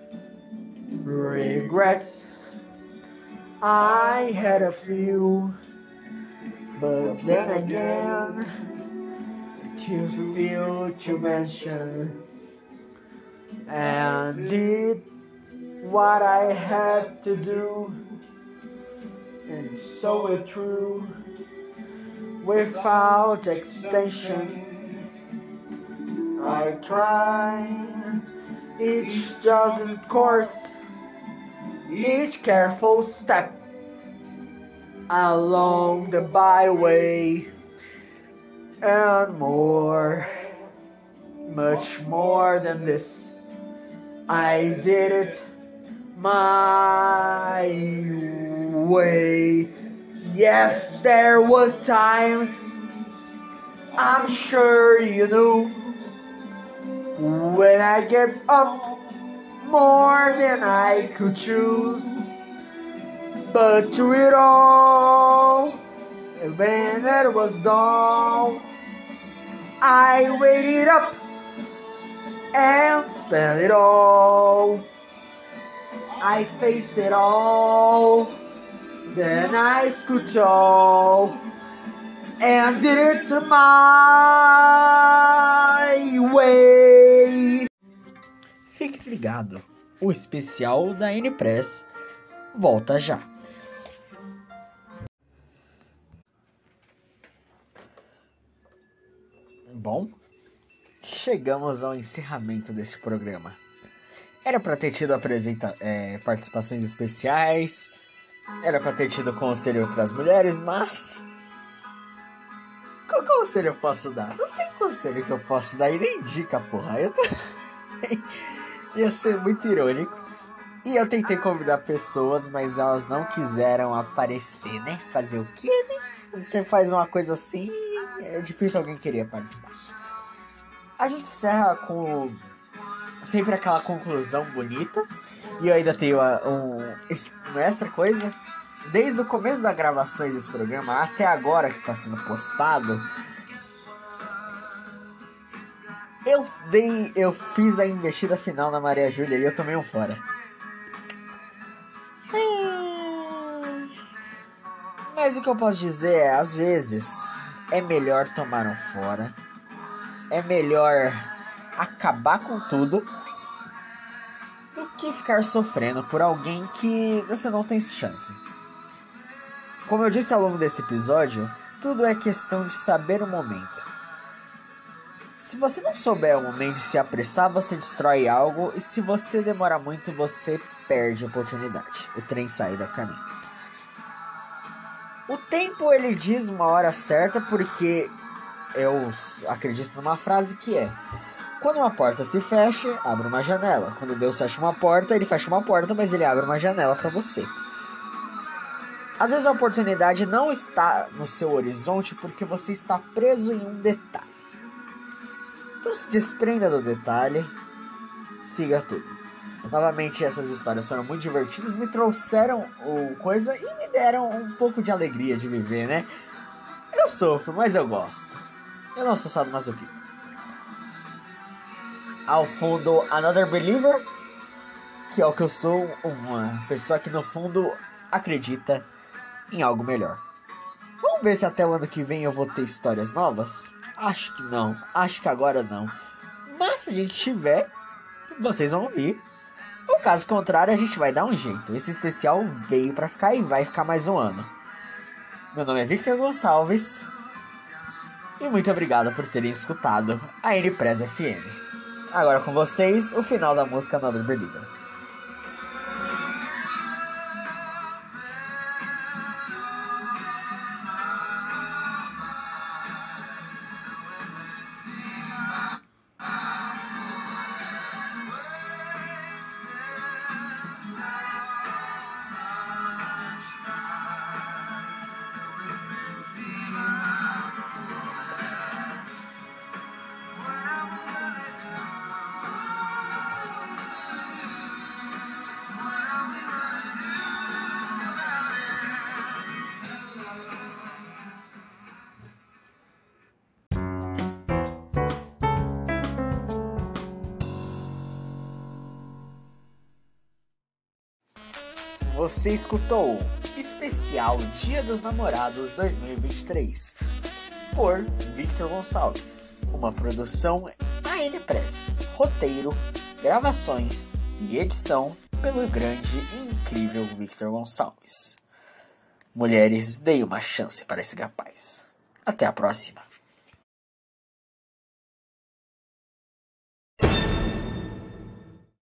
Regrets, I had a few, but then again, too few to mention. And did what I had to do, and so it true, without extension. I tried each chosen course, each careful step along the byway, and more, much more than this. I did it my way. Yes, there were times, I'm sure you knew, when I gave up more than I could choose. But through it all, when it was done, I waited up and spent it all. I faced it all, then I scoot all, and did it my way. Fique ligado, o especial da N-Press volta já. Bom, chegamos ao encerramento deste programa. Era pra ter tido apresenta é, participações especiais, era pra ter tido conselho pras mulheres, mas... Qual conselho eu posso dar? Não tem conselho que eu posso dar e nem dica, porra. Eu tô... Ia ser muito irônico. E eu tentei convidar pessoas, mas elas não quiseram aparecer, né? Fazer o quê, né? Você faz uma coisa assim, é difícil alguém querer participar. A gente encerra com sempre aquela conclusão bonita. E eu ainda tenho um, uma extra coisa. desde o começo das gravações desse programa até agora que está sendo postado, eu dei, eu fiz a investida final na Maria Júlia e eu tomei um fora. Mas o que eu posso dizer é, às vezes, é melhor tomar um fora, é melhor acabar com tudo do que ficar sofrendo por alguém que você não tem chance. Como eu disse ao longo desse episódio, tudo é questão de saber o momento. Se você não souber o momento de se apressar, você destrói algo, e se você demorar muito, você perde a oportunidade. O trem sai do caminho. O tempo, ele diz uma hora certa, porque eu acredito numa frase que é: quando uma porta se fecha, abre uma janela. Quando Deus fecha uma porta, ele fecha uma porta, mas ele abre uma janela para você. Às vezes a oportunidade não está no seu horizonte porque você está preso em um detalhe. Então se desprenda do detalhe, siga tudo. Novamente, essas histórias foram muito divertidas, me trouxeram o coisa e me deram um pouco de alegria de viver, né? Eu sofro, mas eu gosto. Eu não sou sadomasoquista. Ao fundo, Another Believer, que é o que eu sou, uma pessoa que no fundo acredita em algo melhor. Vamos ver se até o ano que vem eu vou ter histórias novas? Acho que não, acho que agora não. Mas se a gente tiver, vocês vão ouvir. Ou caso contrário, a gente vai dar um jeito. Esse especial veio pra ficar e vai ficar mais um ano. Meu nome é Victor Gonçalves. E muito obrigado por terem escutado a N-Press F M. Agora com vocês, o final da música Another Believer. Você escutou o Especial Dia dos Namorados dois mil e vinte e três por Victor Gonçalves, uma produção A N-Press, roteiro, gravações e edição pelo grande e incrível Victor Gonçalves. Mulheres, deem uma chance para esse rapaz. Até a próxima.